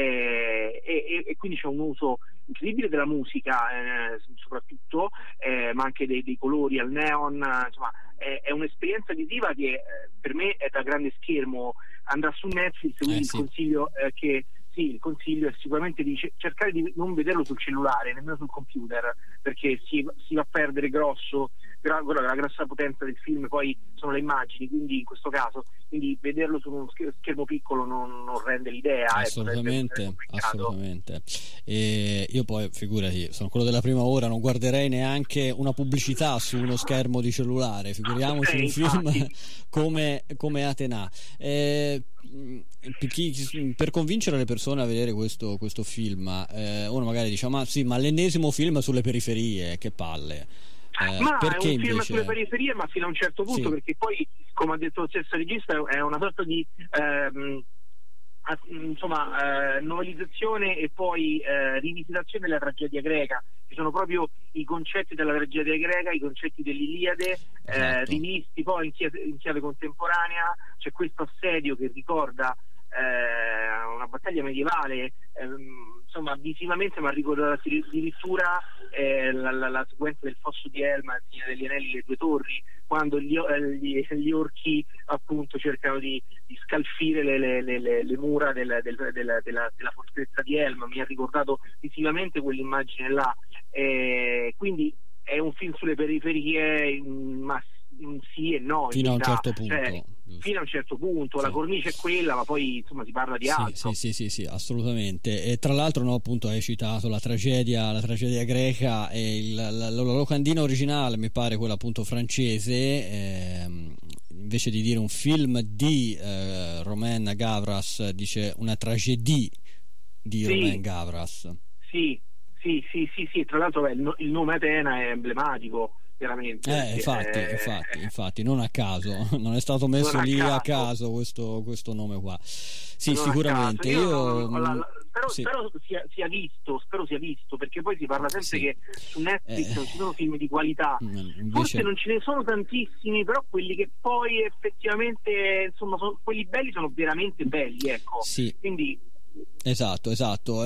eh, e, e quindi c'è un uso incredibile della musica, eh, soprattutto, eh, ma anche dei, dei colori al neon, insomma è, è un'esperienza visiva che eh, per me è da grande schermo. Andrà su Netflix, quindi Eh, il sì. consiglio eh, che sì, il consiglio è sicuramente di ce- cercare di non vederlo sul cellulare, nemmeno sul computer, perché si, si va a perdere grosso, però quello, la grossa potenza del film poi sono le immagini, quindi in questo caso, quindi vederlo su uno scher- schermo piccolo non, non rende l'idea. Assolutamente, ecco, sarebbe- sarebbe un peccato. assolutamente. E io poi, figurati, sono quello della prima ora, non guarderei neanche una pubblicità su uno schermo di cellulare, figuriamoci Eh, un film infatti. come, come Atena. Eh, per, chi- per convincere le persone a vedere questo, questo film, eh, uno magari dice: ma sì, ma l'ennesimo film sulle periferie, che palle. Eh, Ma perché è un film invece... sulle periferie, ma fino a un certo punto, Sì. perché poi, come ha detto lo stesso regista, è una sorta di ehm, a- insomma eh, novelizzazione e poi eh, rivisitazione della tragedia greca. Ci sono proprio i concetti della tragedia greca, i concetti dell'Iliade, eh, Esatto. rivisti poi in chiave, in chiave contemporanea. C'è questo assedio che ricorda eh, una battaglia medievale, ehm, insomma visivamente, ma ricorda addirittura eh, la, la, la sequenza del fosso di Elma, il Signore degli Anelli, le due torri, quando gli, eh, gli, gli orchi appunto cercano di, di scalfire le, le, le, le, le mura del, del, della, della, della fortezza di Elma. Mi ha ricordato visivamente quell'immagine là, eh, quindi è un film sulle periferie, ma sì e no, Fino a un verità. certo punto, Cioè, giusto. fino a un certo punto, Sì. la cornice è quella, ma poi insomma si parla di Sì, altro. sì, sì, sì, sì, assolutamente. E tra l'altro, no, appunto, hai citato la tragedia, la tragedia greca e il, la, la, la locandina originale, mi pare quella appunto francese, ehm, invece di dire un film di eh, Romain Gavras, dice una tragedie di Sì. Romain Gavras. Sì, sì, sì, sì, sì. Tra l'altro beh, il, no- il nome Atena è emblematico, chiaramente. Eh, perché infatti, è- infatti, infatti, non a caso, non è stato messo Non a lì a caso. caso questo, questo nome qua. Sì, non a sicuramente. caso. Io, non- la- la- spero, sì. spero sia, sia visto, spero sia visto, perché poi si parla sempre Sì. che su Netflix Eh. non ci sono film di qualità. Mm, Forse invece non ce ne sono tantissimi, però quelli che poi effettivamente, insomma, sono, quelli belli sono veramente belli, ecco. sì. Quindi Esatto, esatto.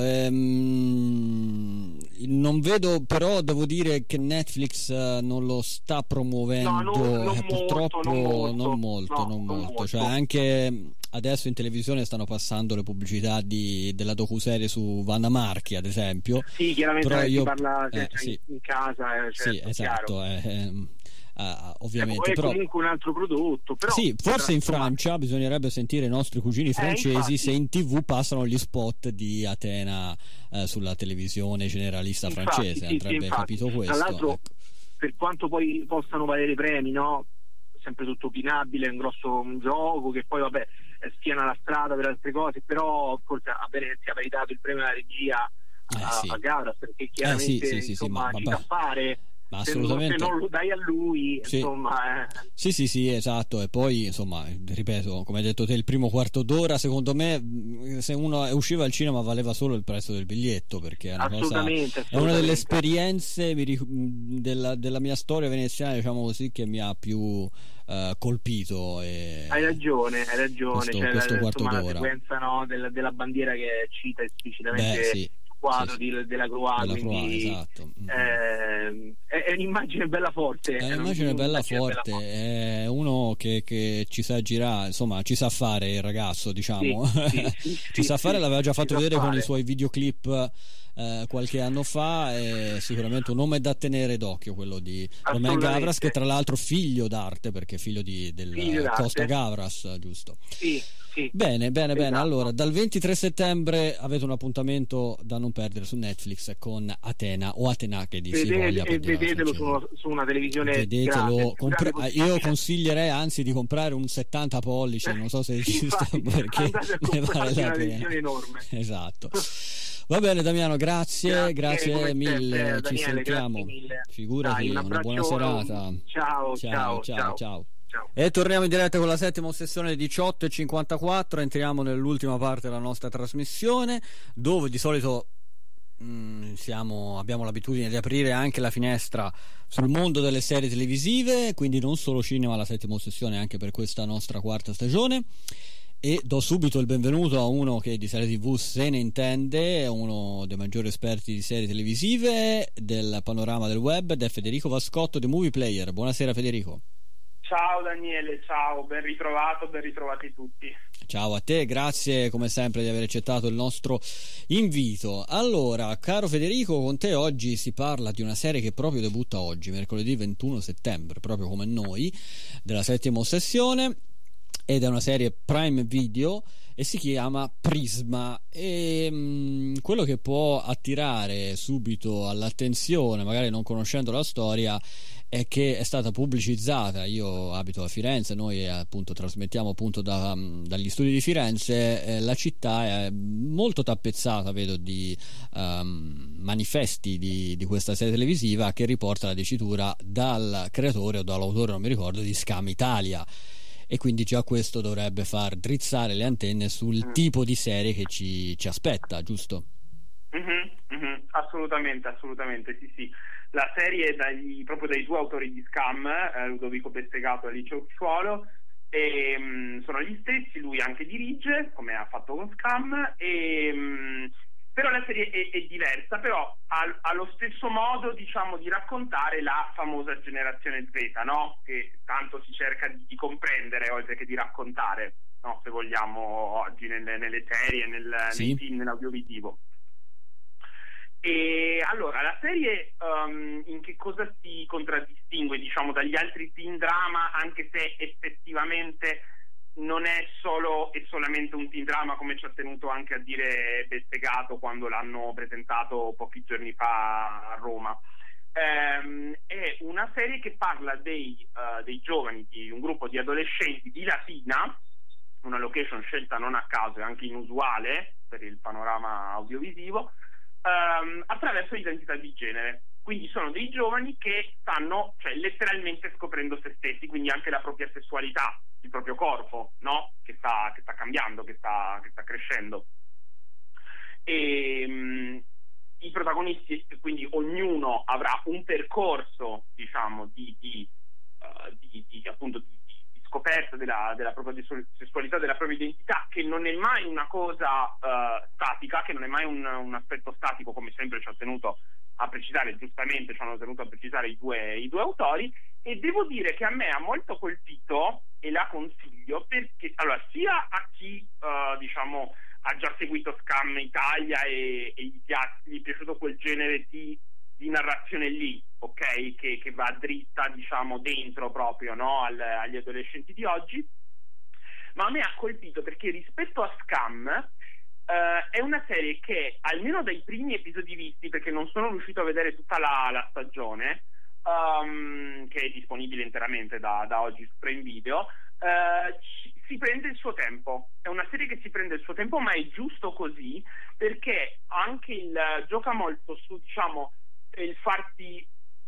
Ehm, non vedo, però devo dire che Netflix eh, non lo sta promuovendo, No, non- non eh, molto, purtroppo non molto. non molto, No, non non molto. molto. Cioè, anche adesso in televisione stanno passando le pubblicità di, della docuserie su Vanna Marchi, ad esempio. sì, chiaramente Però eh, io- si parla eh, cioè, sì. in casa, eh, certo, Sì, chiaro. esatto, eh, ehm, ah, ovviamente, è però comunque un altro prodotto, però sì, forse in insomma, Francia bisognerebbe sentire i nostri cugini francesi infatti. se in tv passano gli spot di Atena eh, sulla televisione generalista Infatti, francese, sì, sì, andrebbe infatti. capito questo. Tra l'altro, ecco. per quanto poi possano valere premi, no? Sempre tutto opinabile, è un grosso un gioco che poi vabbè eh, spiana la strada per altre cose, però forse a Venezia avrei dato il premio alla regia a, Eh, sì. a Gavras, perché Eh, chiaramente sì, sì, sì, sì, insomma ma- ci ma- sa fare. ma Se non, se assolutamente non lo dai a lui, Sì. insomma, eh. Sì, sì, sì, esatto. E poi, insomma, ripeto, come hai detto te, il primo quarto d'ora, secondo me, mh, se uno usciva al cinema valeva solo il prezzo del biglietto, perché è una cosa, assolutamente, è una delle assolutamente. esperienze mi ric- mh, della, della mia storia veneziana, diciamo così, che mi ha più eh, colpito. E Hai ragione, hai ragione. questo- C'è questo la, quarto insomma, la d'ora. sequenza no, del- della bandiera che cita esplicitamente Beh, sì, il quadro sì, sì. di- della Croix, Della quindi Croix, esatto. Mm. ehm, è, è un'immagine bella forte. È un'immagine bella forte, è uno che, che ci sa girare, insomma, ci sa fare il ragazzo, diciamo. Sì, sì, sì, ci sì, sa fare, sì, l'aveva già ci fatto sa vedere con fare. i suoi videoclip eh, qualche anno fa. È sicuramente un nome da tenere d'occhio, quello di Romain Assolutamente. Gavras, che tra l'altro figlio d'arte, perché figlio di, del Figlio d'arte. Costa Gavras, giusto? Sì, sì. Bene, bene, bene. Esatto. Allora, dal ventitré settembre avete un appuntamento da non perdere su Netflix con Atena o Atena, che di si Vedete- voglia, e per dire alla vedetelo francese. su, su una televisione Vedetelo, grande, compra- grande io possibile. consiglierei anzi di comprare un settanta pollici, non so se esiste, Infatti, perché andate a ne vale comprarvi la una pena. televisione enorme. Esatto. Va bene Damiano, grazie, Grazie, grazie come mille, sempre, ci Daniele, sentiamo. grazie mille. Figurati, Dai, un una buona abbraccione, serata. un- ciao, ciao, ciao, ciao. ciao. Ciao. E torniamo in diretta con la settima sessione diciotto e cinquantaquattro. Entriamo nell'ultima parte della nostra trasmissione, dove di solito mh, siamo, abbiamo l'abitudine di aprire anche la finestra sul mondo delle serie televisive, quindi non solo cinema alla settima sessione, anche per questa nostra quarta stagione. E do subito il benvenuto a uno che di serie tv se ne intende, è uno dei maggiori esperti di serie televisive del panorama del web, ed è Federico Vascotto di Movie Player. Buonasera Federico. Ciao Daniele, ciao, ben ritrovato, ben ritrovati tutti. Ciao a te, grazie come sempre di aver accettato il nostro invito. Allora, caro Federico, con te oggi si parla di una serie che proprio debutta oggi, mercoledì ventuno settembre, proprio come noi, della settima sessione, ed è una serie Prime Video e si chiama Prisma. E mh, quello che può attirare subito all'attenzione, magari non conoscendo la storia, è che è stata pubblicizzata. Io abito a Firenze, noi appunto trasmettiamo appunto da, dagli studi di Firenze. Eh, la città è molto tappezzata, vedo, di um, manifesti di, di questa serie televisiva che riporta la dicitura dal creatore o dall'autore, non mi ricordo, di Scam Italia, e quindi già questo dovrebbe far drizzare le antenne sul mm. tipo di serie che ci, ci aspetta, giusto? Mm-hmm, mm-hmm, assolutamente, assolutamente, sì sì. La serie è dagli, proprio dai due autori di Scam, eh, Ludovico Bessegato e Alice Ucciuolo, e mh, sono gli stessi. Lui anche dirige, come ha fatto con Scam, e, mh, però la serie è, è diversa, però ha, ha lo stesso modo, diciamo, di raccontare la famosa generazione Z, no? Che tanto si cerca di, di comprendere oltre che di raccontare, no? Se vogliamo, oggi nelle, nelle serie, nel, sì. nei film, nell'audiovisivo. E allora, la serie um, in che cosa si contraddistingue, diciamo, dagli altri teen drama, anche se effettivamente non è solo e solamente un teen drama, come ci ha tenuto anche a dire Bessegato quando l'hanno presentato pochi giorni fa a Roma. Ehm, è una serie che parla dei, uh, dei giovani, di un gruppo di adolescenti di Latina, una location scelta non a caso e anche inusuale per il panorama audiovisivo, Um, attraverso l'identità di genere. Quindi sono dei giovani che stanno, cioè, letteralmente scoprendo se stessi, quindi anche la propria sessualità, il proprio corpo, no? Che sta, che sta cambiando, che sta, che sta crescendo. E um, i protagonisti, quindi ognuno avrà un percorso, diciamo, di, di, uh, di, di appunto di scoperta della, della propria sessualità, della propria identità, che non è mai una cosa uh, statica, che non è mai un, un aspetto statico, come sempre ci ha tenuto a precisare, giustamente ci hanno tenuto a precisare i due, i due autori. E devo dire che a me ha molto colpito e la consiglio perché, allora, sia a chi uh, diciamo ha già seguito Scam Italia e, e gli, piace, gli è piaciuto quel genere di di narrazione lì, ok, che, che va dritta, diciamo, dentro proprio, no, al, agli adolescenti di oggi, ma a me ha colpito perché rispetto a Scam eh, è una serie che, almeno dai primi episodi visti, perché non sono riuscito a vedere tutta la, la stagione, um, che è disponibile interamente da, da oggi su Prime Video, Uh, si prende il suo tempo. È una serie che si prende il suo tempo, ma è giusto così, perché anche il gioca molto su, diciamo, il farti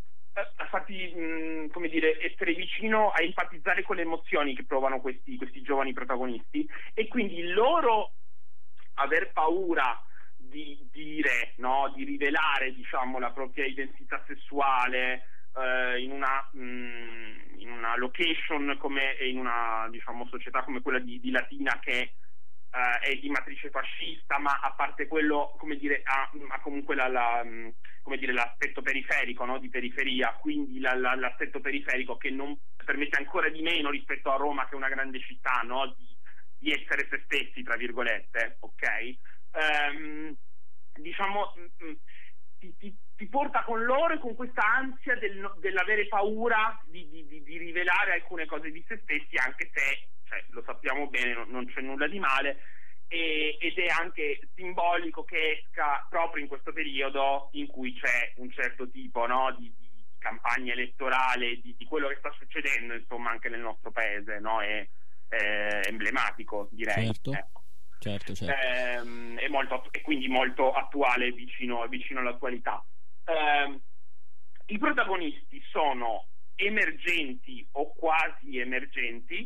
a farti mh, come dire, essere vicino, a empatizzare con le emozioni che provano questi, questi giovani protagonisti, e quindi il loro aver paura di dire, no, di rivelare, diciamo, la propria identità sessuale Uh, in una mh, in una location come in una, diciamo, società come quella di, di Latina, che uh, è di matrice fascista, ma a parte quello, come dire, ha, ha comunque la, la, mh, come dire, l'aspetto periferico, no, di periferia, quindi la, la, l'aspetto periferico che non permette ancora di meno rispetto a Roma, che è una grande città, no, di, di essere se stessi, tra virgolette, ok? Um, diciamo mh, ti, ti ti porta con loro e con questa ansia del, dell'avere paura di, di, di rivelare alcune cose di se stessi, anche se, cioè, lo sappiamo bene, non, non c'è nulla di male, e, ed è anche simbolico che esca proprio in questo periodo in cui c'è un certo tipo, no, di, di campagna elettorale, di, di quello che sta succedendo, insomma, anche nel nostro paese, no? È, è emblematico, direi. Certo. Ecco. Certo, certo. Ehm, è molto, e quindi molto attuale, vicino, vicino all'attualità. Uh, I protagonisti sono emergenti o quasi emergenti,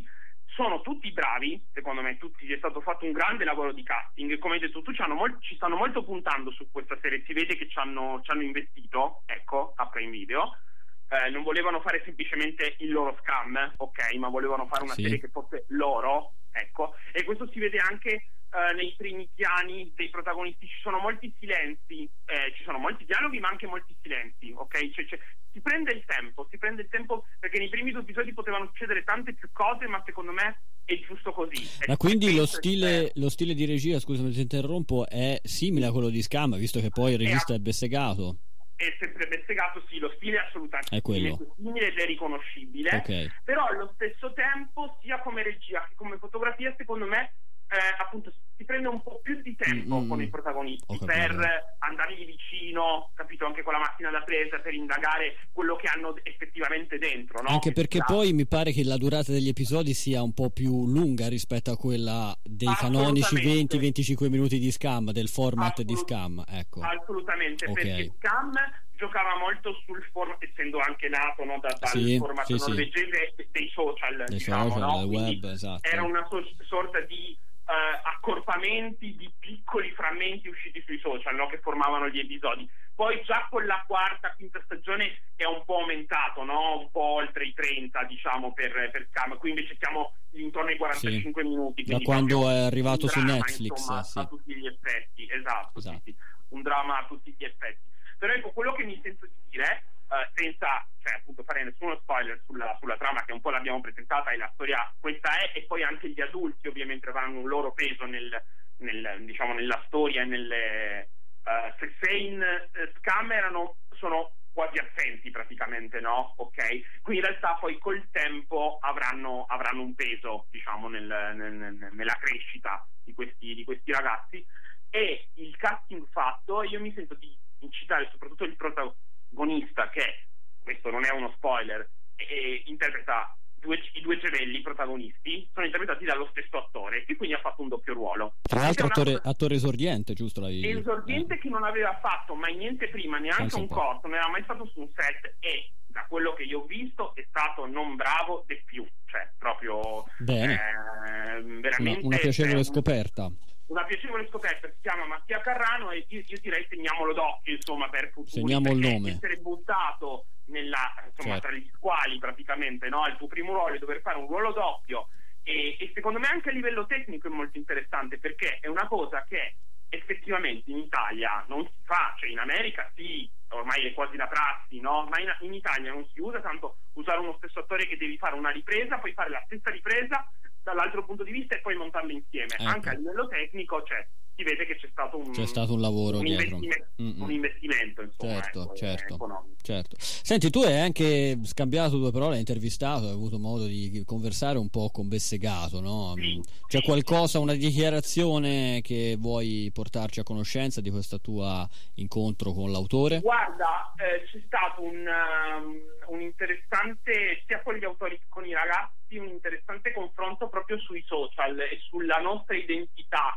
sono tutti bravi, secondo me tutti, è stato fatto un grande lavoro di casting, come hai detto tu ci, hanno mol- ci stanno molto puntando su questa serie, si vede che ci hanno, ci hanno investito, ecco, a Prime Video. Eh, non volevano fare semplicemente il loro Scam, ok, ma volevano fare una sì. serie che fosse loro, ecco, e questo si vede anche eh, nei primi piani dei protagonisti, ci sono molti silenzi, eh, ci sono molti dialoghi ma anche molti silenzi, ok, cioè, cioè, si prende il tempo, si prende il tempo perché nei primi due episodi potevano succedere tante più cose, ma secondo me è giusto così. Ma quindi lo stile, lo stile di regia, scusami se interrompo, è simile a quello di Scam, visto che poi il regista è, è Bessegato? È sempre Bessegato, sì, lo stile è assolutamente è quello. simile ed è riconoscibile, okay. Però allo stesso tempo, sia come regia che come fotografia, secondo me eh, appunto si prende un po' più di tempo mm-hmm. con i protagonisti per andargli vicino, capito, anche con la macchina da presa, per indagare quello che hanno effettivamente dentro, no? Anche perché poi mi pare che la durata degli episodi sia un po' più lunga rispetto a quella dei canonici venti venticinque minuti di Scam, del format Assolut- di Scam, ecco. Assolutamente, okay. Perché Scam giocava molto sul format, essendo anche nato, no, da, dal sì, format sì, norvegese sì. dei social, dei diciamo, social, no? del web, esatto. Era una so- sorta di uh, accorpamenti di piccoli frammenti usciti sui social, no? Che formavano gli episodi. Poi già con la quarta, quinta stagione è un po' aumentato, no? Un po' oltre i trenta, diciamo, per, per Scam. Qui invece siamo intorno ai quarantacinque sì. minuti. Da quando è arrivato su drama, Netflix, insomma, sì. a tutti gli effetti, esatto, esatto. Sì, sì. Un dramma a tutti gli effetti. Però ecco, quello che mi sento di dire, eh, senza cioè, appunto fare nessuno spoiler sulla, sulla trama, che un po' l'abbiamo presentata, e la storia questa è, e poi anche gli adulti ovviamente avranno un loro peso nel, nel diciamo nella storia e nelle uh, se, se in uh, Scam erano sono quasi assenti praticamente, no? Ok? Qui in realtà poi col tempo avranno, avranno un peso, diciamo, nel, nel, nella crescita di questi, di questi ragazzi. E il casting fatto, io mi sento di incitare soprattutto il protagonista, che questo non è uno spoiler, e interpreta due, i due gemelli protagonisti, sono interpretati dallo stesso attore, che quindi ha fatto un doppio ruolo. Tra l'altro attore, cosa... attore esordiente, giusto? La... Esordiente eh. che non aveva fatto mai niente prima, neanche Senza un un corto, non era mai stato su un set, e da quello che io ho visto è stato non bravo de più, cioè proprio bene. Eh, veramente una, una piacevole eh, scoperta. Una piacevole scoperta, si chiama Mattia Carrano, e io, io direi segniamolo d'occhio, insomma, per futuri. Segniamo il nome. Essere buttato nella, insomma, certo. tra gli squali praticamente, no? Il tuo primo ruolo, e dover fare un ruolo doppio, e, e secondo me anche a livello tecnico è molto interessante, perché è una cosa che effettivamente in Italia non si fa, cioè in America sì, ormai è quasi la prassi, no? Ma in, in Italia non si usa tanto usare uno stesso attore che devi fare una ripresa, poi fare la stessa ripresa dall'altro punto di vista e poi montarle insieme. Ecco. Anche a livello tecnico, cioè, si vede che c'è stato un, c'è stato un lavoro un, dietro. investime- un investimento, insomma, certo, ecco, certo, economico. certo. Senti, tu hai anche scambiato due parole, hai intervistato, hai avuto modo di conversare un po' con Bessegato, no? Sì, c'è sì, qualcosa, una dichiarazione che vuoi portarci a conoscenza di questo tuo incontro con l'autore? Guarda, eh, c'è stato un, um, un interessante, sia con gli autori che con i ragazzi, un interessante confronto proprio sui social e sulla nostra identità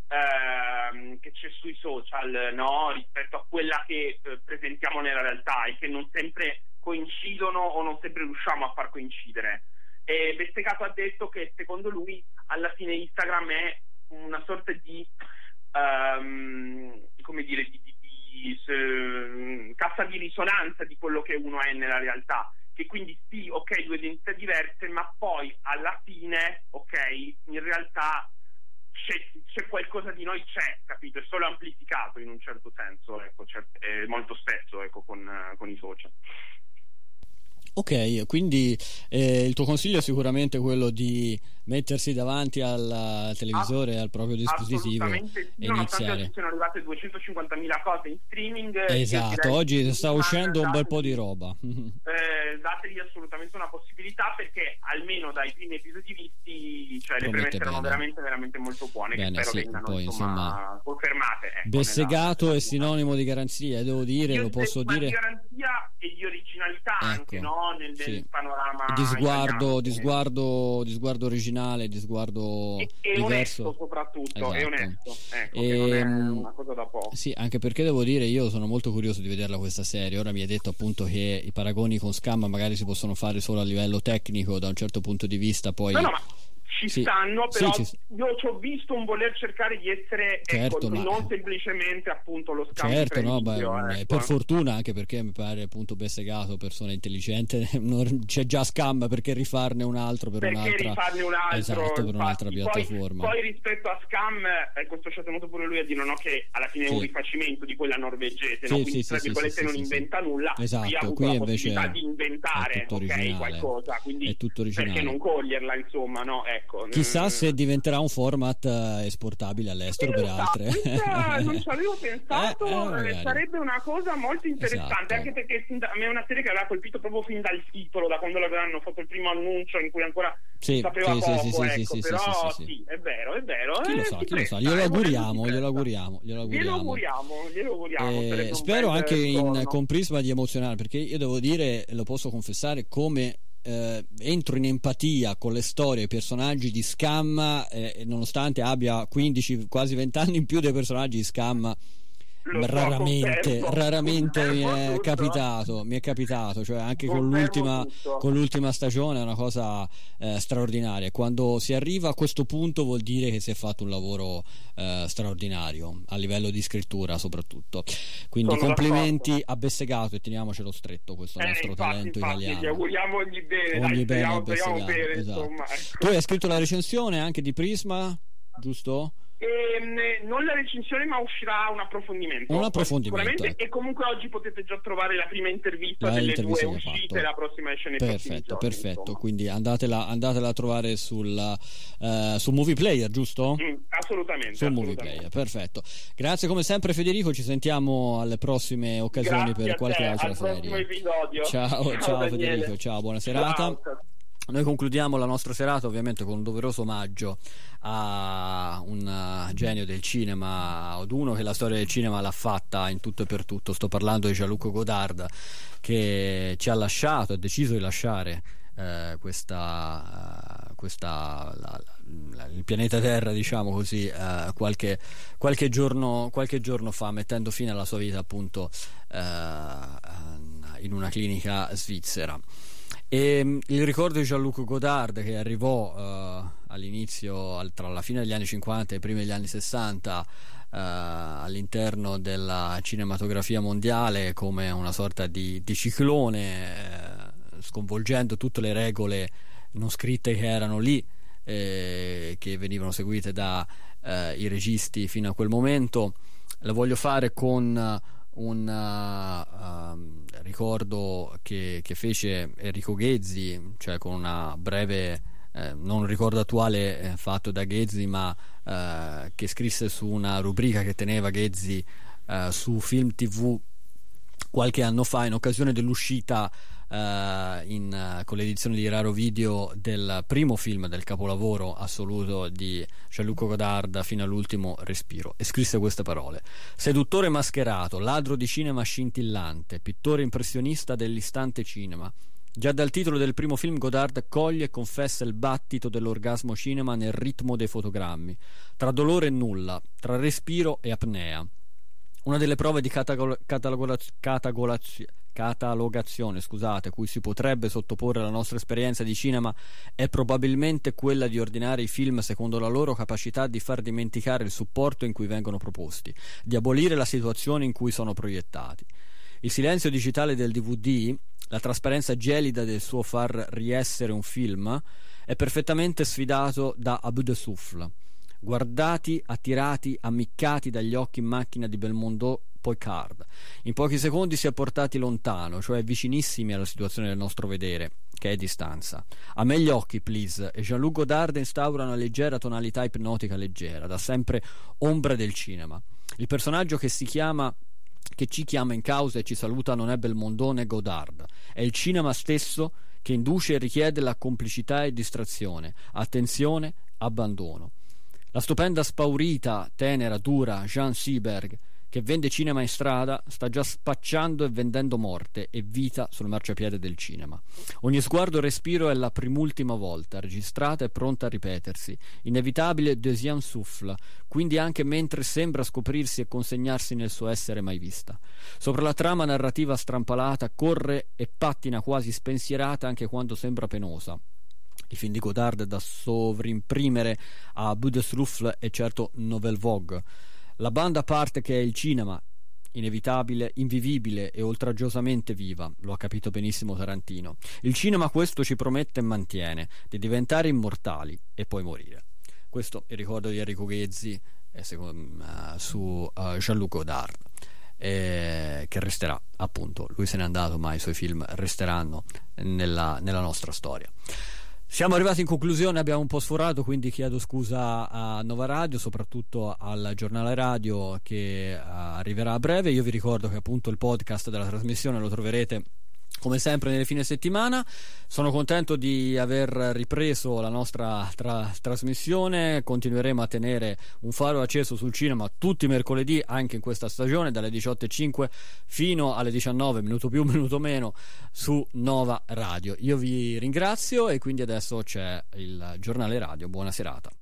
Ehm, che c'è sui social, no? Rispetto a quella che eh, presentiamo nella realtà, e che non sempre coincidono o non sempre riusciamo a far coincidere. E Bessegato ha detto che secondo lui alla fine Instagram è una sorta di um, come dire di, di, di uh, cassa di risonanza di quello che uno è nella realtà, che quindi sì, ok, due identità diverse, ma poi alla fine, ok, in realtà C'è, c'è qualcosa di noi, c'è, capito? È solo amplificato in un certo senso, ecco, cert- eh, molto spesso, ecco, con, uh, con i social. Ok, quindi eh, il tuo consiglio è sicuramente quello di mettersi davanti al televisore, ah, al proprio dispositivo, assolutamente sì, e iniziare. Sono arrivate duecentocinquantamila cose in streaming. Esatto, oggi sta uscendo un bel po' di roba. Eh, dategli assolutamente una possibilità, perché almeno dai primi episodi visti, cioè, le premesse erano veramente veramente molto buone, bene, che spero sì, vengano poi, insomma, insomma confermate. Ecco, Bessegato nella... è sinonimo di garanzia, devo dire, Io lo posso ma dire. Di garanzia e di originalità, ecco, anche, no? Nel, nel sì. panorama di sguardo, italiano, di sguardo, di sguardo originale, di sguardo e, e diverso, onesto soprattutto, esatto. è onesto, ecco, e, che non è una cosa da poco. sì, anche perché devo dire, io sono molto curioso di vederla questa serie. Ora mi hai detto appunto che i paragoni con Scam magari si possono fare solo a livello tecnico, da un certo punto di vista, poi no, no, ma ci sì, stanno, però sì, ci... io ci ho visto un voler cercare di essere, certo, ecco, ma... non semplicemente appunto lo scambio. Certo, no, beh, ecco. per fortuna, anche perché mi pare appunto Bessegato, persona intelligente, non, c'è già Scam, perché rifarne un altro per perché un'altra, rifarne un altro, esatto, per infatti. un'altra piattaforma. Poi, poi rispetto a Scam, eh, questo ci ha tenuto pure lui a dire, no, che alla fine è sì. un rifacimento di quella norvegese, sì, no? Quindi sì, tra sì, virgolette sì, non sì, inventa sì. nulla, Esatto, qui ha avuto qui la invece possibilità di inventare, ok, qualcosa, quindi è tutto originale. perché non coglierla, insomma, no? Ecco. Chissà se diventerà un format esportabile all'estero per altre. Questa non ci avevo pensato, eh, eh, sarebbe una cosa molto interessante, esatto. anche perché a me è una serie che aveva colpito proprio fin dal titolo, da quando l'avevano fatto il primo annuncio in cui ancora sì, sapeva sì, poco, sì, sì, ecco, sì, però sì, sì, sì. sì, è vero, è vero. Chi lo eh, sa, chi presta, lo sa, glielo eh, auguriamo, glielo auguriamo, glielo auguriamo. Glielo auguriamo, glielo auguriamo. Eh, spero anche in, con Prisma di emozionare, perché io devo dire, lo posso confessare, come eh, entro in empatia con le storie e i personaggi di Scam, eh, nonostante abbia quindici, quasi venti anni in più dei personaggi di Scam. Lo raramente so, raramente confermo, mi è tutto. capitato mi è capitato cioè anche con Confermo l'ultima tutto. con l'ultima stagione è una cosa eh, straordinaria. Quando si arriva a questo punto vuol dire che si è fatto un lavoro eh, straordinario a livello di scrittura, soprattutto, quindi Sono complimenti d'accordo. a Bessegato, e teniamocelo stretto questo eh, nostro infatti, talento infatti, italiano. gli auguriamo ogni bene, ogni dai, bene a speriamo, speriamo Bessegato, bene, esatto. insomma, ecco. Tu hai scritto la recensione anche di Prisma, giusto? E, non la recensione, ma uscirà un approfondimento. Un approfondimento, sicuramente, ecco. E comunque oggi potete già trovare la prima intervista La delle intervista due che ha uscite, fatto. la prossima esce nei prossimi Perfetto, giorni, perfetto. insomma. Quindi andatela, andatela a trovare sul, uh, su Movie Player, giusto? Mm, assolutamente. Su Movie Player, perfetto. Grazie come sempre Federico, ci sentiamo alle prossime occasioni. Grazie per a qualche te, altra al serie. prossimo episodio. Ciao, ciao, ciao Federico, ciao, buona serata. Ciao. Noi concludiamo la nostra serata ovviamente con un doveroso omaggio a un genio del cinema, ad uno che la storia del cinema l'ha fatta in tutto e per tutto. Sto parlando di Jean-Luc Godard, che ci ha lasciato, ha deciso di lasciare eh, questa, uh, questa la, la, il pianeta Terra, diciamo così, uh, qualche, qualche, giorno, qualche giorno fa, mettendo fine alla sua vita appunto uh, in una clinica svizzera. E il ricordo di Jean-Luc Godard, che arrivò uh, all'inizio, al, tra la fine degli anni cinquanta e i primi degli anni sessanta uh, all'interno della cinematografia mondiale come una sorta di, di ciclone, uh, sconvolgendo tutte le regole non scritte che erano lì, eh, che venivano seguite dai uh, registi fino a quel momento. La voglio fare con uh, un uh, um, ricordo che, che fece Enrico Ghezzi, cioè con una breve eh, non un ricordo attuale eh, fatto da Ghezzi, ma eh, che scrisse su una rubrica che teneva Ghezzi eh, su Film tivù qualche anno fa, in occasione dell'uscita uh, in, uh, con l'edizione di Raro Video del primo film del capolavoro assoluto di Jean-Luc Godard, Fino all'ultimo respiro, e scrisse queste parole: seduttore mascherato, ladro di cinema scintillante, pittore impressionista dell'istante cinema. Già dal titolo del primo film Godard coglie e confessa il battito dell'orgasmo cinema nel ritmo dei fotogrammi, tra dolore e nulla, tra respiro e apnea. Una delle prove di catagol- catalogolaz- catagolaz- catalogazione scusate, cui si potrebbe sottoporre la nostra esperienza di cinema è probabilmente quella di ordinare i film secondo la loro capacità di far dimenticare il supporto in cui vengono proposti, di abolire la situazione in cui sono proiettati. Il silenzio digitale del D V D, la trasparenza gelida del suo far riessere un film, è perfettamente sfidato da Abu de Souffle. Guardati, attirati, ammiccati dagli occhi in macchina di Belmondo Picard, in pochi secondi si è portati lontano, cioè vicinissimi alla situazione del nostro vedere, che è distanza. A me gli occhi, please. E Jean-Luc Godard instaura una leggera tonalità ipnotica leggera, da sempre ombra del cinema. Il personaggio che si chiama che ci chiama in causa e ci saluta non è Belmondo né Godard, è il cinema stesso che induce e richiede la complicità e distrazione, attenzione, abbandono. La stupenda, spaurita, tenera, dura Jean Seberg, che vende cinema in strada, sta già spacciando e vendendo morte e vita sul marciapiede del cinema. Ogni sguardo e respiro è la primultima volta, registrata e pronta a ripetersi, inevitabile deuxième souffle, quindi anche mentre sembra scoprirsi e consegnarsi nel suo essere mai vista. Sopra la trama narrativa strampalata corre e pattina quasi spensierata anche quando sembra penosa. Il film di Godard da sovrimprimere a Bundesruffle e certo Nouvelle Vogue. La banda parte che è il cinema, inevitabile, invivibile e oltraggiosamente viva, lo ha capito benissimo Tarantino. Il cinema questo ci promette e mantiene, di diventare immortali e poi morire. Questo è il ricordo di Enrico Ghezzi eh, secondo, uh, su uh, Jean-Luc Godard, eh, che resterà, appunto, lui se n'è andato ma i suoi film resteranno nella, nella nostra storia. Siamo arrivati in conclusione, abbiamo un po' sforato, quindi chiedo scusa a Nova Radio, soprattutto al giornale radio che arriverà a breve. Io vi ricordo che appunto il podcast della trasmissione lo troverete come sempre nelle fine settimana. Sono contento di aver ripreso la nostra tra- trasmissione. Continueremo a tenere un faro acceso sul cinema tutti i mercoledì anche in questa stagione, dalle diciotto e cinque fino alle diciannove, minuto più minuto meno, su Nova Radio. Io vi ringrazio e quindi adesso c'è il giornale radio. Buona serata.